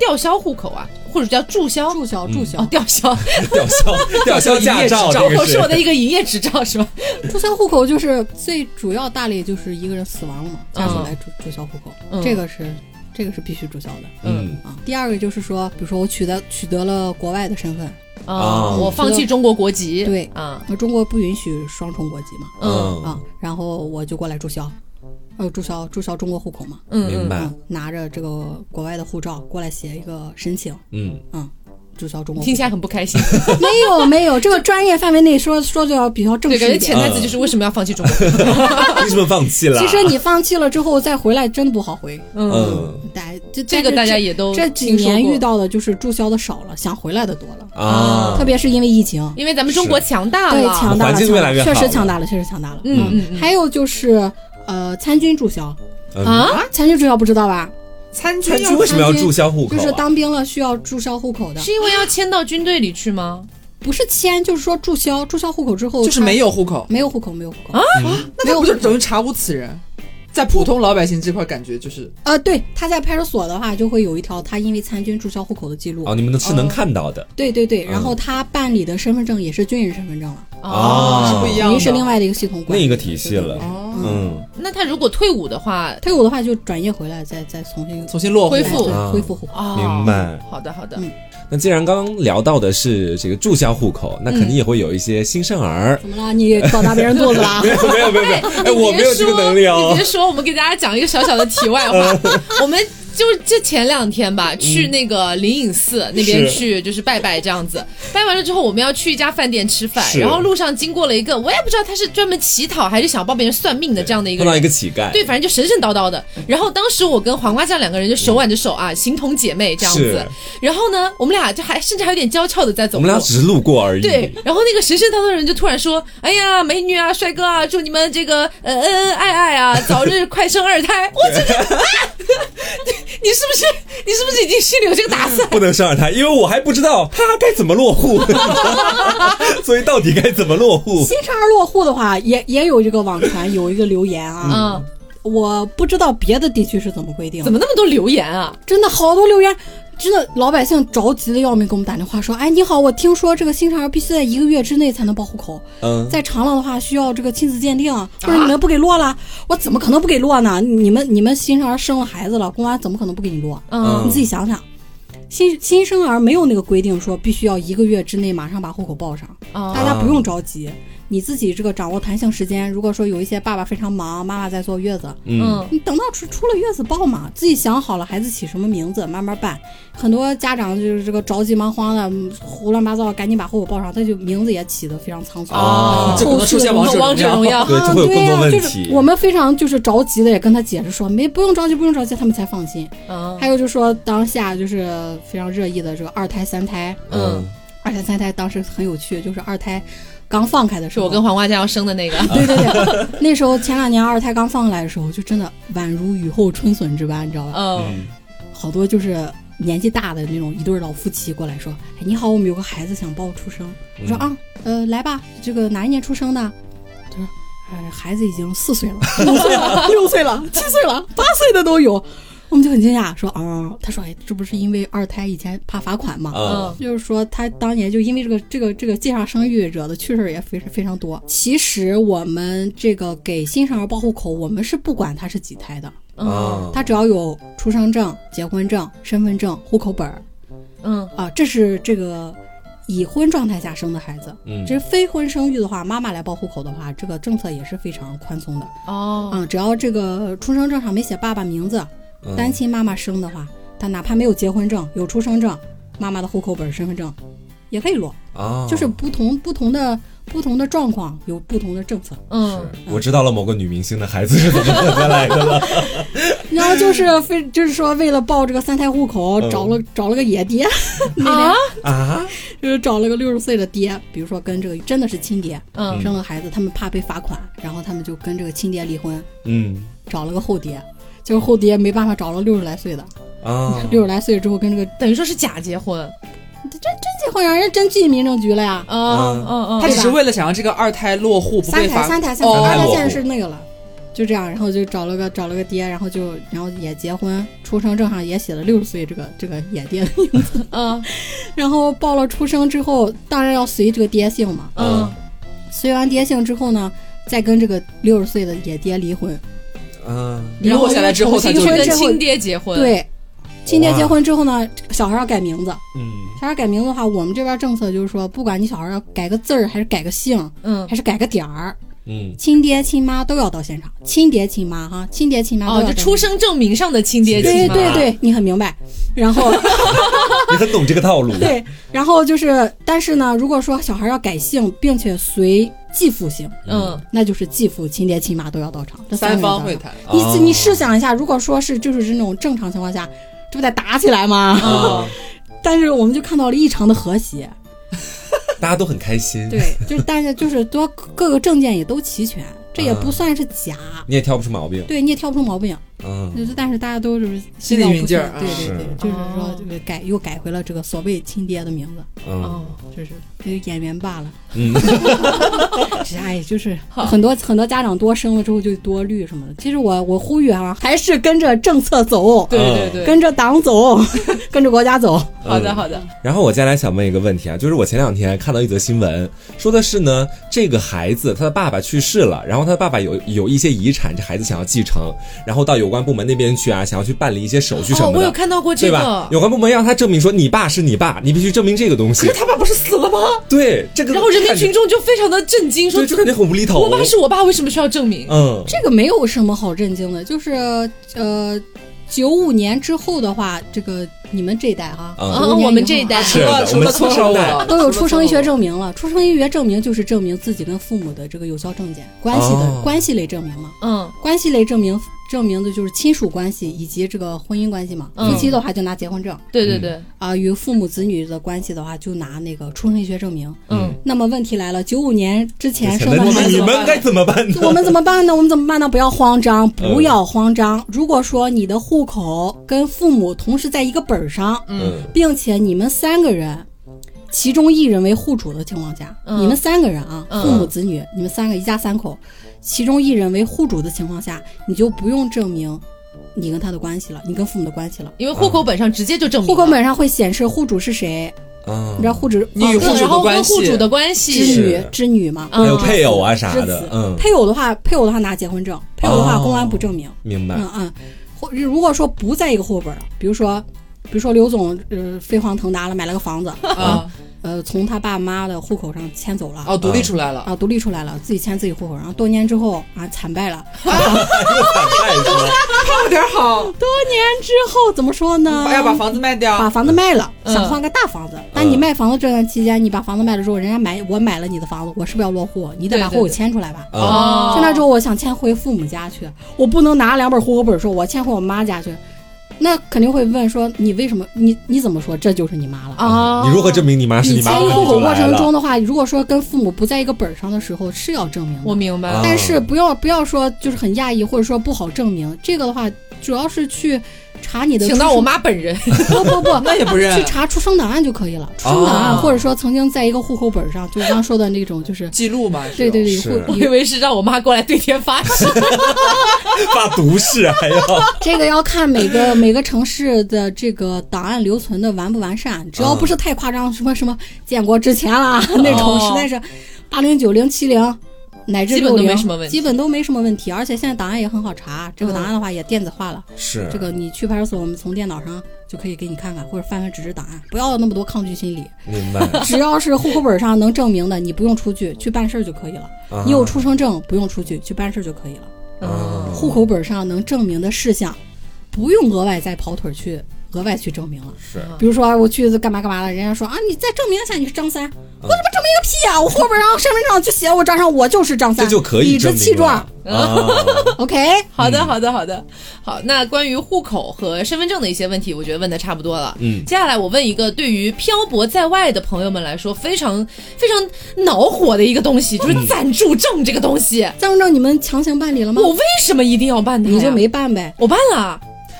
户口啊，或者叫注销？ 注销，注销， 哦，吊销， 吊销，吊销驾照，这个是我的一个营业执照是吧？ 注销户口就是最主要大类就是一个人死亡了嘛，家属来注注销户口， 嗯、 这个是这个是必须注销的。 嗯啊，第二个就是说，比如说我取得取得了国外的身份。 啊、哦，我放弃中国国籍， 对啊， 那中国不允许双重国籍嘛， 嗯啊，然后我就过来注销，呃，注销注销中国户口嘛， 嗯， 明白、 嗯，拿着这个国外的护照过来写一个申请， 嗯嗯，注销中国户口， 听起来很不开心。 没有没有，这个专业范围内说说就要比较正式一点。 对，感觉潜台词就是为什么要放弃中国？ 为什么放弃了？ 其实你放弃了之后再回来真不好回， 嗯， 大这这个大家也都这几年遇到的就是注销的少了，想回来的多了啊， 特别是因为疫情， 因为咱们中国强大了， 对，强大了， 环境越来越好， 确实强大了，确实强大了。 嗯嗯嗯。 还有就是呃，参军注销啊， 参军注销不知道吧？ 参军为什么要注销户口、啊？ 就是当兵了需要注销户口的， 是因为要迁到军队里去吗？ 不是迁，就是说注销，注销户口之后就是没有户口， 没有户口，没有户口啊？ 嗯、那他不就等于查无此人？在普通老百姓这块感觉就是呃，对，他在派出所的话就会有一条他因为参军注销户口的记录哦，你们是能看到的。 哦、对对对，然后他办理的身份证也是军人身份证了。 哦， 是不一样的， 您是另外的一个系统管， 另一个体系了。 哦， 嗯， 那他如果退伍的话， 退伍的话就转业回来，再再重新重新落户恢复恢复户口。 哦， 明白。 好的好的。 嗯， 那既然刚刚聊到的是这个注销户口，那肯定也会有一一些新生儿。 怎么了？你搞大别人肚子了？ 没有没有没有没有，哎，我没有这个能力哦。 你别说，我们给大家讲一个小小的题外话，我们。就是这前两天吧，去那个灵隐寺、嗯、那边去，就是拜拜这样子。拜完了之后，我们要去一家饭店吃饭，然后路上经过了一个，我也不知道他是专门乞讨还是想帮别人算命的这样的一个人， 碰到一个乞丐， 对，反正就神神叨叨的。然后当时我跟黄瓜酱两个人就手挽着手啊，嗯、形同姐妹这样子。然后呢，我们俩就还甚至还有点娇俏的在走路。 我们俩只是路过而已。 对，然后那个神神叨叨的人就突然说：“哎呀，美女啊，帅哥啊，祝你们这个呃恩恩爱爱啊，早日快生二胎。”我真的，啊、你是不是？你是不是已经心里有这个打算？ 不能生二胎，因为我还不知道他该怎么落户，所以到底该怎么落户？ 新生儿落户的话，也也有这个网传有一个留言啊， 嗯， 我不知道别的地区是怎么规定， 怎么那么多留言啊？ 真的好多留言。真的老百姓着急的要命，给我们打电话说，哎，你好，我听说这个新生儿必须在一个月之内才能报户口，嗯，再长了的话需要这个亲子鉴定，或者你们不给落了，啊、我怎么可能不给落呢？你们你们新生儿生了孩子了，公安怎么可能不给你落？嗯，你自己想想，新新生儿没有那个规定说必须要一个月之内马上把户口报上，嗯、大家不用着急。你自己这个掌握弹性时间，如果说有一些爸爸非常忙，妈妈在坐月子，嗯，你等到出出了月子报嘛，自己想好了孩子起什么名字，慢慢办。很多家长就是这个着急忙慌的，胡乱八糟，赶紧把户口报上，他就名字也起得非常仓促啊，这可能出现王者王者荣耀， 对，就会有更多问题。 啊、就是我们非常就是着急的也跟他解释说，没不用着急，不用着急，他们才放心。嗯，还有就是说当下就是非常热议的这个二胎、三胎，嗯，二胎、三胎当时很有趣，就是二胎。刚放开的时候， 是我跟黄瓜酱要生的那个。 对对对，那时候前两年二胎刚放来的时候，就真的宛如雨后春笋之般，你知道吧？ 嗯， 好多就是年纪大的那种一对老夫妻过来说：“哎，你好，我们有个孩子想报出生。嗯”我说：“啊，呃，来吧，这个哪一年出生的？”他说：“呃，孩子已经四岁了，五岁了，六岁了，七岁了，八岁的都有。”我们就很惊讶，说啊，他说，哎，这不是因为二胎以前怕罚款吗？嗯，就是说他当年就因为这个这个这个介绍生育惹的趣事也非常非常多。其实我们这个给新生儿报户口，我们是不管他是几胎的，嗯，他只要有出生证、结婚证、身份证、户口本，嗯啊，这是这个已婚状态下生的孩子。嗯，这是非婚生育的话，妈妈来报户口的话，这个政策也是非常宽松的。哦，嗯，只要这个出生证上没写爸爸名字。单亲妈妈生的话，她哪怕没有结婚证，有出生证，妈妈的户口本、身份证也可以落啊。就是不同不同的不同的状况有不同的政策。 嗯，我知道了某个女明星的孩子是怎么活下来的了。 然后就是非就是说为了报这个三胎户口，嗯、找了找了个野爹啊啊，就是找了个六十岁的爹，比如说跟这个真的是亲爹，嗯，生了孩子，他们怕被罚款，然后他们就跟这个亲爹离婚，嗯，找了个后爹。就是后爹没办法找了六十来岁的啊，六十来岁之后跟这个等于说是假结婚， 真真结婚让人真进民政局了呀！ 嗯嗯嗯， 他只是为了想让这个二胎落户不被罚， 三胎三胎三胎，二胎现在是那个了， 就这样，然后就找了个找了个爹，然后就然后也结婚，出生证上也写了六十岁这个这个野爹的名字， 嗯， 然后报了出生之后，当然要随这个爹姓嘛， 嗯， 随完爹姓之后呢，再跟这个六十岁的野爹离婚， 嗯， 然后下来之后他就跟亲爹结婚， 对，亲爹结婚之后呢，小孩要改名字， 嗯， 小孩改名字的话，我们这边政策就是说，不管你小孩要改个字儿，还是改个姓， 嗯， 还是改个点儿。 嗯， 亲爹亲妈都要到现场，亲爹亲妈哈，亲爹亲妈哦，就出生证明上的亲爹亲妈， 对对对，你很明白。然后你很懂这个套路。 对，然后就是，但是呢，如果说小孩要改姓，并且随继父姓， 嗯， 那就是继父、亲爹、亲妈都要到场，这三方会谈。 你、 哦、 你试想一下，如果说是就是这种正常情况下，这不得打起来吗？ 哦、 但是我们就看到了异常的和谐。 大家都很开心， 对，就是但是就是多各个证件也都齐全，这也不算是假， 嗯、你也挑不出毛病， 对，你也挑不出毛病， 嗯， 就是但是大家都就是心里明镜儿， 对对对，就是说这个改又改回了这个所谓亲爹的名字， 嗯， 就是这个演员罢了， 嗯， 哎，就是很多很多家长多生了之后就多虑什么的，其实我我呼吁啊，还是跟着政策走， 对对对， 跟着党走，跟着国家走。 好的好的。 然后我接下来想问一个问题啊，就是我前两天看到一则新闻，说的是呢，这个孩子他的爸爸去世了，然后他的爸爸有有一些遗产，这孩子想要继承，然后到有关部门那边去啊，想要去办理一些手续什么的。 哦，我有看到过这个， 对吧？有关部门让他证明说你爸是你爸，你必须证明这个东西。 可是他爸不是死了吗？ 对，这个。 然后人民群众就非常的震惊，说对，就感觉很无厘头。 我爸是我爸，为什么需要证明？ 嗯， 这个没有什么好震惊的，就是呃。九五年之后的话，这个你们这一代哈， 嗯，我们这一代是的，我们出生代都有出生医学证明了。出生医学证明就是证明自己跟父母的这个有效证件关系的、哦、关系类证明嘛。 嗯， 关系类证明证明的就是亲属关系以及这个婚姻关系嘛。嗯、夫妻的话就拿结婚证。 对对对。 啊、呃，与父母子女的关系的话就拿那个出生医学证明。 嗯。 那么问题来了，九五年之前生的孩子，你们该怎么办呢？ 我们怎么办呢？我们怎么办呢？不要慌张，不要慌张。嗯、如果说你的户口跟父母同时在一个本上， 嗯， 并且你们三个人，其中一人为户主的情况下，嗯、你们三个人啊， 嗯、 父母子女，你们三个一家三口，其中一人为户主的情况下，你就不用证明你跟他的关系了，你跟父母的关系了， 因为户口本上直接就证明了， 户口本上会显示户主是谁。嗯、你知道户主， 你与户主的关系， 户主的关系， 织女，织女嘛， 还有配偶啊啥的。嗯， 配偶的话，配偶的话拿结婚证，配偶的话公安不证明。 哦、明白。 嗯嗯，或如果说不在一个户口本了，比如说，比如说刘总呃飞黄腾达了，买了个房子啊。呃，从他爸妈的户口上迁走了， 哦，独立出来了， 啊，独立出来了，自己迁自己户口，然后多年之后啊，惨败了， 惨败是吧？ 还有点好。 多年之后怎么说呢？ 要把房子卖掉， 把房子卖了， 嗯、 想换个大房子。嗯、但你卖房子这段期间，你把房子卖了之后，人家买我买了你的房子，我是不是要落户？你得把户口迁出来吧？ 对对对哦， 迁出来之后，我想迁回父母家去，我不能拿两本户口本说，我迁回我妈家去。那肯定会问说，你为什么你你怎么说这就是你妈了啊？ 你如何证明你妈是你妈？ 你迁移户口过程中的话，如果说跟父母不在一个本上的时候是要证明的。 我明白， 但是不要不要说就是很讶异或者说不好证明。这个的话，主要是去查你的， 请到我妈本人， 不不不， 那也不认， 去查出生档案就可以了。出生档案、哦、或者说曾经在一个户口本上，就我刚刚说的那种就是记录嘛。 对对对， 我以为是让我妈过来对天发誓， 发毒誓还要。 这个要看每个每个城市的这个档案留存的完不完善，只要不是太夸张，什么什么建国之前啦、哦、那种，实在是八零九零七零。乃至六零，基本都没什么问题，而且现在档案也很好查。这个档案的话也电子化了， 是、嗯、 这个你去派出所，我们从电脑上就可以给你看看，或者翻翻纸质档案，不要那么多抗拒心理。 明白。 只要是户口本上能证明的，你不用出具，去办事就可以了。啊、你有出生证，不用出具，去办事就可以了。 啊、 户口本上能证明的事项，不用额外再跑腿去。额外去证明了， 是， 比如说我去干嘛干嘛了，人家说啊，你再证明一下你是张三，嗯、我怎么证明个屁啊！我后边上身份证上就写我账上我就是张三， 这就可以理直气壮。 啊、 OK， 好的，好的，好的，好。那关于户口和身份证的一些问题，我觉得问的差不多了。 嗯， 接下来我问一个对于漂泊在外的朋友们来说非常非常恼火的一个东西，就是暂住证这个东西。 暂住证你们强行办理了吗？ 我为什么一定要办它呀？ 你就没办呗？ 我办了。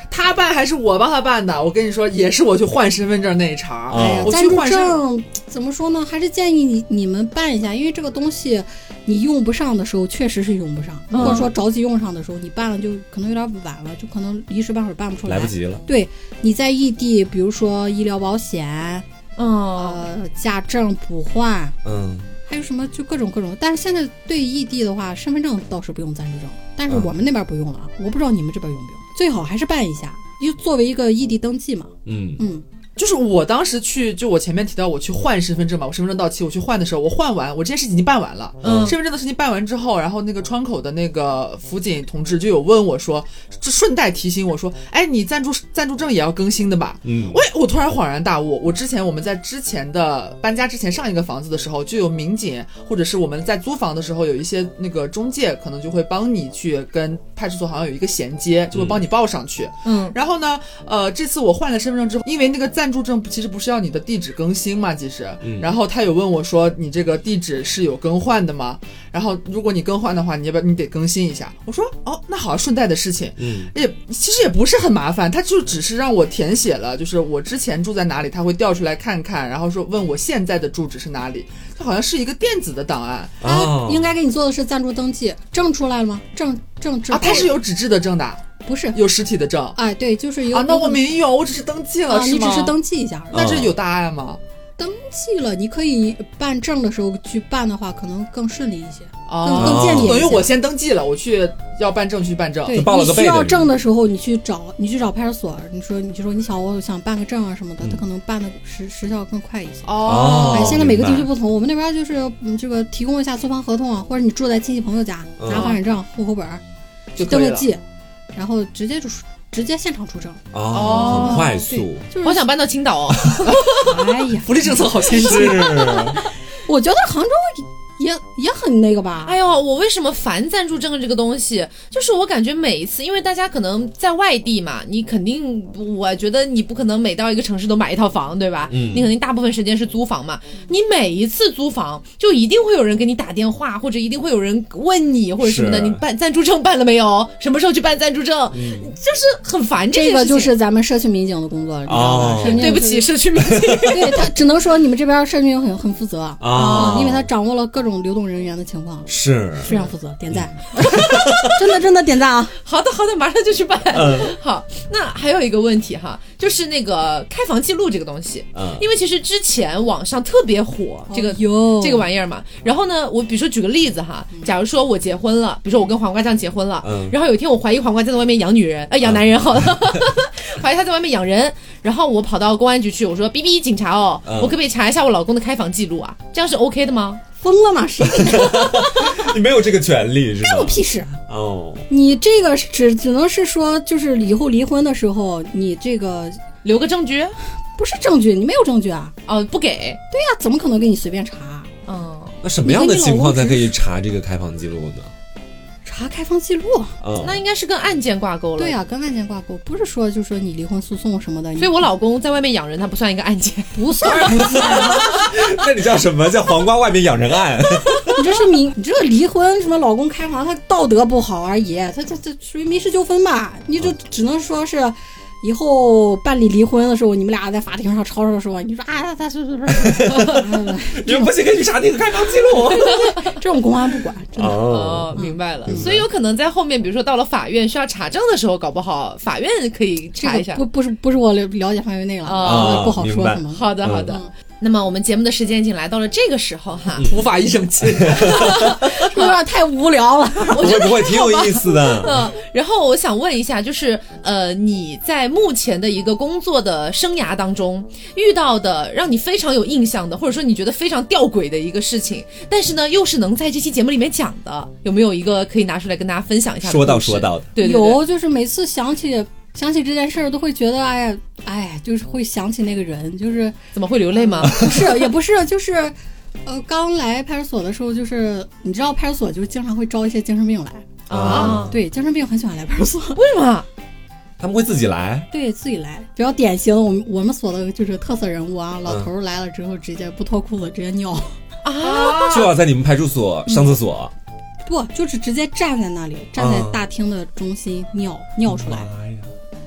他办还是我帮他办的？我跟你说，也是我去换身份证那一茬。 哎呀， 我暂住去换身证怎么说呢？还是建议你你们办一下，因为这个东西你用不上的时候确实是用不上， 嗯、 或者说着急用上的时候，你办了就可能有点晚了，就可能一时半会儿办不出来， 来不及了。 对，你在异地，比如说医疗保险， 嗯、 呃，驾证补换， 嗯。 还有什么就各种各种，但是现在对异地的话，身份证倒是不用暂住证，但是我们那边不用了，嗯、我不知道你们这边用不用，最好还是办一下，因为作为一个异地登记嘛。 嗯嗯。 就是我当时去，就我前面提到我去换身份证嘛，我身份证到期我去换的时候，我换完，我这件事情已经办完了。嗯，身份证的事情办完之后，然后那个窗口的那个辅警同志就有问我说，这顺带提醒我说，哎，你暂住暂住证也要更新的吧？嗯，我我突然恍然大悟，我之前我们在之前的搬家之前上一个房子的时候，就有民警或者是我们在租房的时候，有一些那个中介可能就会帮你去跟派出所好像有一个衔接，就会帮你报上去。嗯，然后呢，呃，这次我换了身份证之后，因为那个暂暂住证其实不是要你的地址更新嘛，其实、嗯、然后他有问我说你这个地址是有更换的吗？然后如果你更换的话，你要不要你得更新一下？我说哦，那好，顺带的事情，嗯，也其实也不是很麻烦，他就只是让我填写了，就是我之前住在哪里，他会调出来看看，然后说问我现在的住址是哪里，它好像是一个电子的档案。 他应该给你做的是暂住登记，证出来了吗？证证证啊，它是有纸质的证的。 不是有实体的证， 哎，对，就是有啊，那我没有，我只是登记了， 啊、 是吗？ 你只是登记一下， 那这有大碍吗？ 登记了，你可以办证的时候去办的话，可能更顺利一些，哦、更更便利一些。 等于我先登记了，我去要办证去办证， 对， 报了个备你需要证的时候，你去找你去找派出所，你说你就说你想我想办个证啊什么的，他、嗯、可能办的时时效更快一些。 哦， 哎，现在每个地区不同，我们那边就是嗯，这个提供一下租房合同，或者你住在亲戚朋友家， 嗯、 拿房产证、户口本就登个记。然后直接就直接现场出证哦，很快速。 就是、我想搬到青岛哦。 哎呀， 福利政策好先进。 我觉得杭州也也很那个吧。 哎呦，我为什么烦暂住证这个东西？就是我感觉每一次，因为大家可能在外地嘛，你肯定，我觉得你不可能每到一个城市都买一套房，对吧？嗯，你肯定大部分时间是租房嘛。你每一次租房，就一定会有人给你打电话，或者一定会有人问你或者什么的，你办暂住证办了没有？什么时候去办暂住证？嗯、就是很烦这个。这个就是咱们社区民警的工作，你知道吧？ 哦、对不起，社区民警。 对他只能说你们这边社区民警很很负责啊、哦嗯，因为他掌握了各种流动人员的情况， 是非常负责，点赞，真的真的点赞啊！ 好的好的，马上就去办。嗯、好，那还有一个问题哈，就是那个开房记录这个东西，嗯，因为其实之前网上特别火这个、哦、这个玩意儿嘛，然后呢，我比如说举个例子哈，假如说我结婚了，比如说我跟黄瓜酱结婚了，嗯，然后有一天我怀疑黄瓜酱在外面养女人，呃，养男人好了，怀疑他在外面养人，然后我跑到公安局去，我说哔哔警察哦，嗯、我可不可以查一下我老公的开房记录啊？这样是 OK 的吗？ 疯了吗？谁？ 你没有这个权利是吧？ 干我屁事哦！ 你这个只只能是说，就是以后离婚的时候，你这个留个证据， 不是证据，你没有证据啊？ 哦，不给？ 对呀、啊，怎么可能给你随便查？ 嗯， 那什么样的情况才可以查这个开房记录呢？ 查开房记录， 嗯， 那应该是跟案件挂钩了。 对呀、啊，跟案件挂钩，不是说就说你离婚诉讼什么的。 所以我老公在外面养人，他不算一个案件， 不算。 那你叫什么？叫黄瓜外面养人案？ 你这是民，你这个离婚什么老公开房，他道德不好而已，他这这属于民事纠纷吧？你就只能说是。以后办理离婚的时候，你们俩在法庭上吵吵的时候，你说啊，他是不是？ 你们不行，可以去查那个开房记录。 这种公安不管，真的。 哦，明白了。嗯、所以有可能在后面，比如说到了法院需要查证的时候，搞不好法院可以查一下。 这个、不不是不是我了解范围内了，哦、不好说什么。 好的好的。嗯那么我们节目的时间已经来到了这个时候哈， 无法一生气， 有点太无聊了。 我觉得不会，挺有意思的。 嗯，然后我想问一下，就是呃，你在目前的一个工作的生涯当中遇到的让你非常有印象的，或者说你觉得非常吊诡的一个事情，但是呢又是能在这期节目里面讲的，有没有一个可以拿出来跟大家分享一下的？ 说到说到的， 对对对， 有，就是每次想起。想起这件事儿都会觉得，哎呀，哎，就是会想起那个人，就是怎么会流泪吗？ 不是，也不是，就是，呃，刚来派出所的时候，就是你知道派出所就是经常会招一些精神病来啊， 对，精神病很喜欢来派出所， 为什么？ 他们会自己来？ 对，自己来，比较典型的，我们我们所的就是特色人物啊，老头来了之后直接不脱裤子直接尿啊， 就要在你们派出所上厕所。 嗯不，就是直接站在那里，站在大厅的中心、啊、尿尿出来。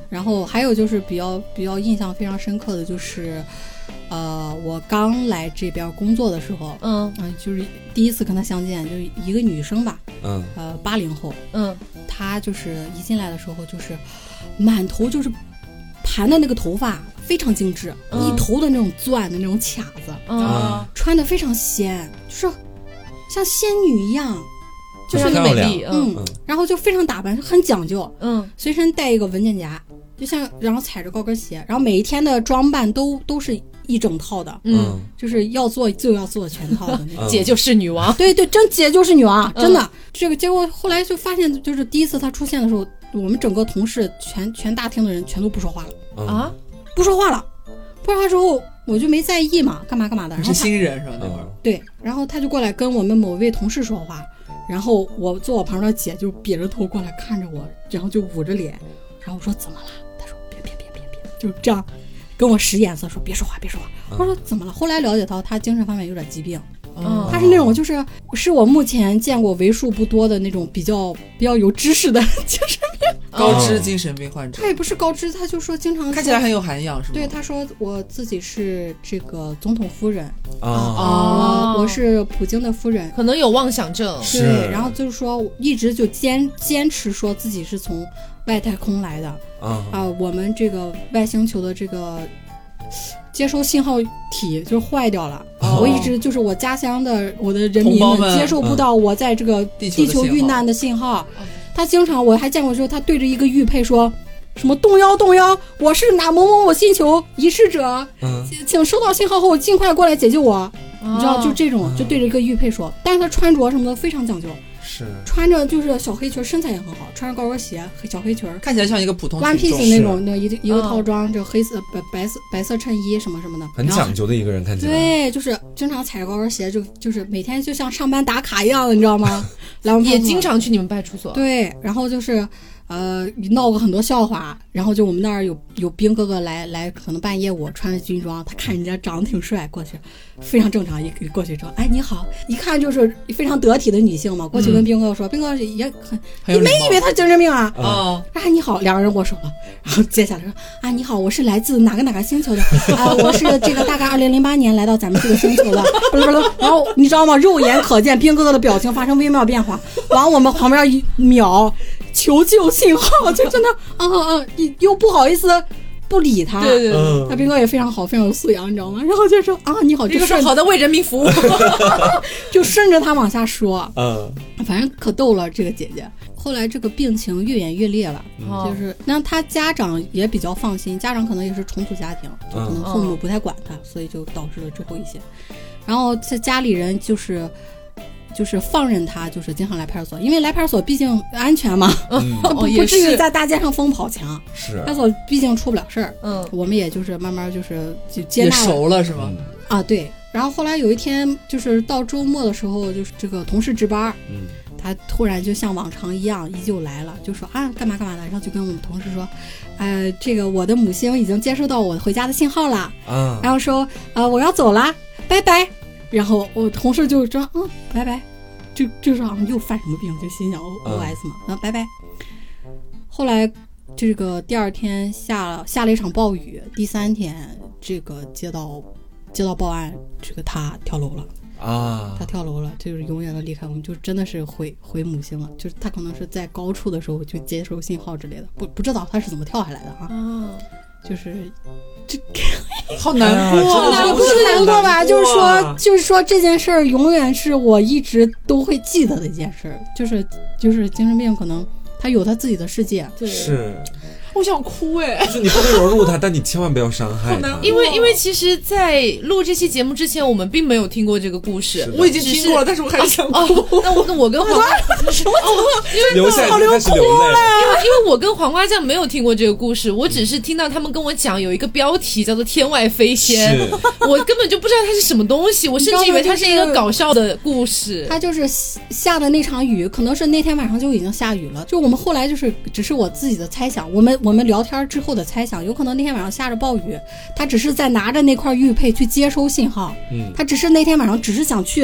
然后还有就是比较比较印象非常深刻的就是，呃，我刚来这边工作的时候， 嗯啊、呃，就是第一次跟她相见，就是一个女生吧， 嗯， 呃，八零后， 嗯， 她就是一进来的时候就是满头就是盘的那个头发非常精致， 嗯、 一头的那种钻的那种卡子， 嗯， 穿的非常仙，就是像仙女一样。 就是很美丽， 嗯，嗯然后就非常打扮，很讲究， 嗯， 随身带一个文件夹，就像然后踩着高跟鞋，然后每一天的装扮都都是一整套的， 嗯， 就是要做就要做全套的那种。 姐就是女王， 对对，真姐就是女王，真的。嗯、这个结果后来就发现，就是第一次她出现的时候，我们整个同事全全大厅的人全都不说话了啊， 不说话了，不说话之后我就没在意嘛，干嘛干嘛的。 你是新人是吧？那会儿对，然后他就过来跟我们某位同事说话。然后我坐我旁边的姐就瘪着头过来看着我，然后就捂着脸，然后我说怎么了？她说别别别别别，就这样跟我使眼色说别说话别说话。我说怎么了？后来了解到她精神方面有点疾病， 嗯， 她是那种就是是我目前见过为数不多的那种比较比较有知识的精神病， 高知精神病患者。 她也不是高知，她就说经常看起来很有涵养，是吗？ 对，她说我自己是这个总统夫人啊、 哦，我是普京的夫人， 可能有妄想症。 对，然后就是说一直就坚坚持说自己是从外太空来的啊、呃、我们这个外星球的这个接收信号体就坏掉了、哦、我一直就是我家乡的我的人民们接受不到我在这个地球遇难的信号、嗯、他经常我还见过说他对着一个玉佩说什么动摇动摇，我是哪某某某星球遗失者、嗯、请收到信号后尽快过来解救我、哦、你知道就这种就对着一个玉佩说，但是他穿着什么的非常讲究， 是穿着就是小黑裙，身材也很好，穿着高跟鞋小黑裙， 看起来像一个普通 One Piece 那种的一个一个套装，就黑色白白色白色衬衣什么什么的， 很讲究的一个人看起来。 对，就是经常踩着高跟鞋，就就是每天就像上班打卡一样的，你知道吗？然后也经常去你们派出所。 对，然后就是呃闹过很多笑话，然后就我们那儿有有兵哥哥来来，可能办业务穿着军装，他看人家长得挺帅，过去非常正常，一过去说哎你好，一看就是非常得体的女性嘛，过去跟兵哥哥说，兵、嗯、哥哥也很，你没以为他精神病啊？ 啊、 嗯，哎你好，两个人握手了，然后接下来说啊你好，我是来自哪个哪个星球的啊，我是这个大概二零零八年来到咱们这个星球的，不是不是，然后你知道吗？肉眼可见兵哥哥的表情发生微妙变化，往我们旁边一秒。求救信号，就真的啊啊，又不好意思不理他， 对对对， 他兵哥也非常好，非常有素养，你知道吗？然后就说啊你好， 这个说好的为人民服务， 就顺着他往下说， 嗯， 反正可逗了这个姐姐。后来这个病情越演越烈了， 嗯、 就是那他家长也比较放心，家长可能也是重组家庭，就可能父母不太管他，嗯、所以就导致了之后一些。然后在家里人就是。就是放任他，就是经常来派出所，因为来派出所毕竟安全嘛， 嗯、 不不至于在大街上疯跑墙。 是派出所毕竟出不了事儿， 嗯， 我们也就是慢慢就是就接纳了， 也熟了是吗？ 啊，对。然后后来有一天，就是到周末的时候，就是这个同事值班， 嗯， 他突然就像往常一样依旧来了，就说啊干嘛干嘛的，然后就跟我们同事说，呃，这个我的母星已经接收到我回家的信号了， 啊， 然后说呃我要走了，拜拜。然后我同事就说嗯拜拜，就就是好像又犯什么病，就心想 O S 嘛，然后拜拜。后来这个第二天下了下了一场暴雨，第三天这个接到接到报案，这个他跳楼了啊， 他跳楼了，就是永远的离开我们，就真的是回回母星了，就是他可能是在高处的时候就接收信号之类的，不不知道他是怎么跳下来的啊。 啊就是这好难过， 好难过，不是难过吧？就是说，就是说这件事儿永远是我一直都会记得的一件事，就是就是精神病可能他有他自己的世界， 对， 是。 我想哭哎！ 就是你不能融入他，但你千万不要伤害他。 因为因为其实，在录这期节目之前，我们并没有听过这个故事。 我已经听过了，但是我还是想哭。 哦、那我那我跟黄瓜什么？因为流下好流哭了。因为因为我跟黄瓜酱没有听过这个故事，我只是听到他们跟我讲有一个标题叫做《天外飞仙》，我根本就不知道它是什么东西，我甚至以为它是一个搞笑的故事。 它就是下的那场雨，可能是那天晚上就已经下雨了。就我们后来就是只是我自己的猜想，我们。我们聊天之后的猜想，有可能那天晚上下着暴雨，他只是在拿着那块玉佩去接收信号， 嗯， 他只是那天晚上只是想去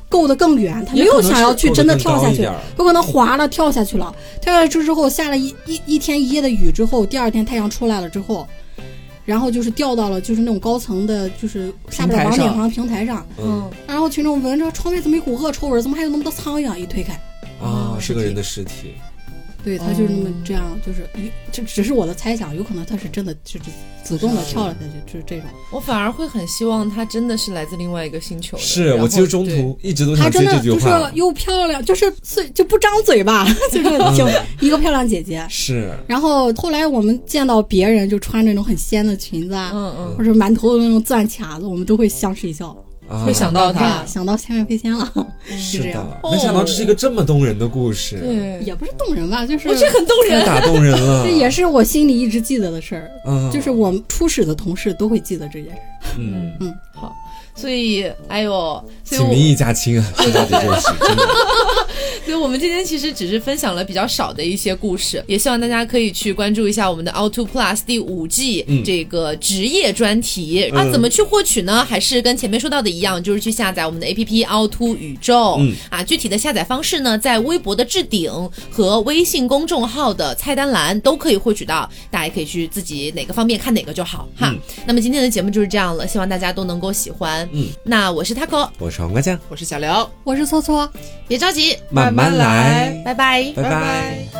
够得更远，他没有想要去真的跳下去，有可能滑了跳下去了，跳下去之后下了一一一天一夜的雨之后，第二天太阳出来了之后，然后就是掉到了就是那种高层的，就是下边王顶上平台上，嗯，然后群众闻着窗外怎么一股恶臭味，怎么还有那么多苍蝇？一推开， 啊，是个人的尸体。 对，他就是那么这样，就是这只是我的猜想，有可能他是真的就是自动的跳了下去，就是这种。 我反而会很希望他真的是来自另外一个星球的。 是我其实中途一直都想接这句话。 他真的就是又漂亮，就是就不张嘴吧，就是挺一个漂亮姐姐。 是。 然后后来我们见到别人就穿那种很仙的裙子啊，嗯嗯，或者满头的那种钻卡子，我们都会相视一笑。 啊、会想到他， 想到千外飞仙了， 是这样。 没想到这是一个这么动人的故事， 对，也不是动人吧，就是我觉得很动人， 太打动人了。 这也是我心里一直记得的事儿，嗯，就是我们初始的同事都会记得这件事。 嗯嗯，好。所以，哎呦， 紧密一家亲啊，说到底就是真的。 所以我们今天其实只是分享了比较少的一些故事，也希望大家可以去关注一下我们的凹凸 Plus 第五季、嗯、这个职业专题、嗯、啊，怎么去获取呢？还是跟前面说到的一样，就是去下载我们的 A P P 凹凸宇宙、嗯、啊，具体的下载方式呢，在微博的置顶和微信公众号的菜单栏都可以获取到，大家也可以去自己哪个方便看哪个就好哈、嗯。那么今天的节目就是这样了，希望大家都能够喜欢。嗯，那我是 Taco， 我是黄瓜酱， 我是小刘， 我是搓搓， 别着急， 慢慢来， 拜拜， 拜拜。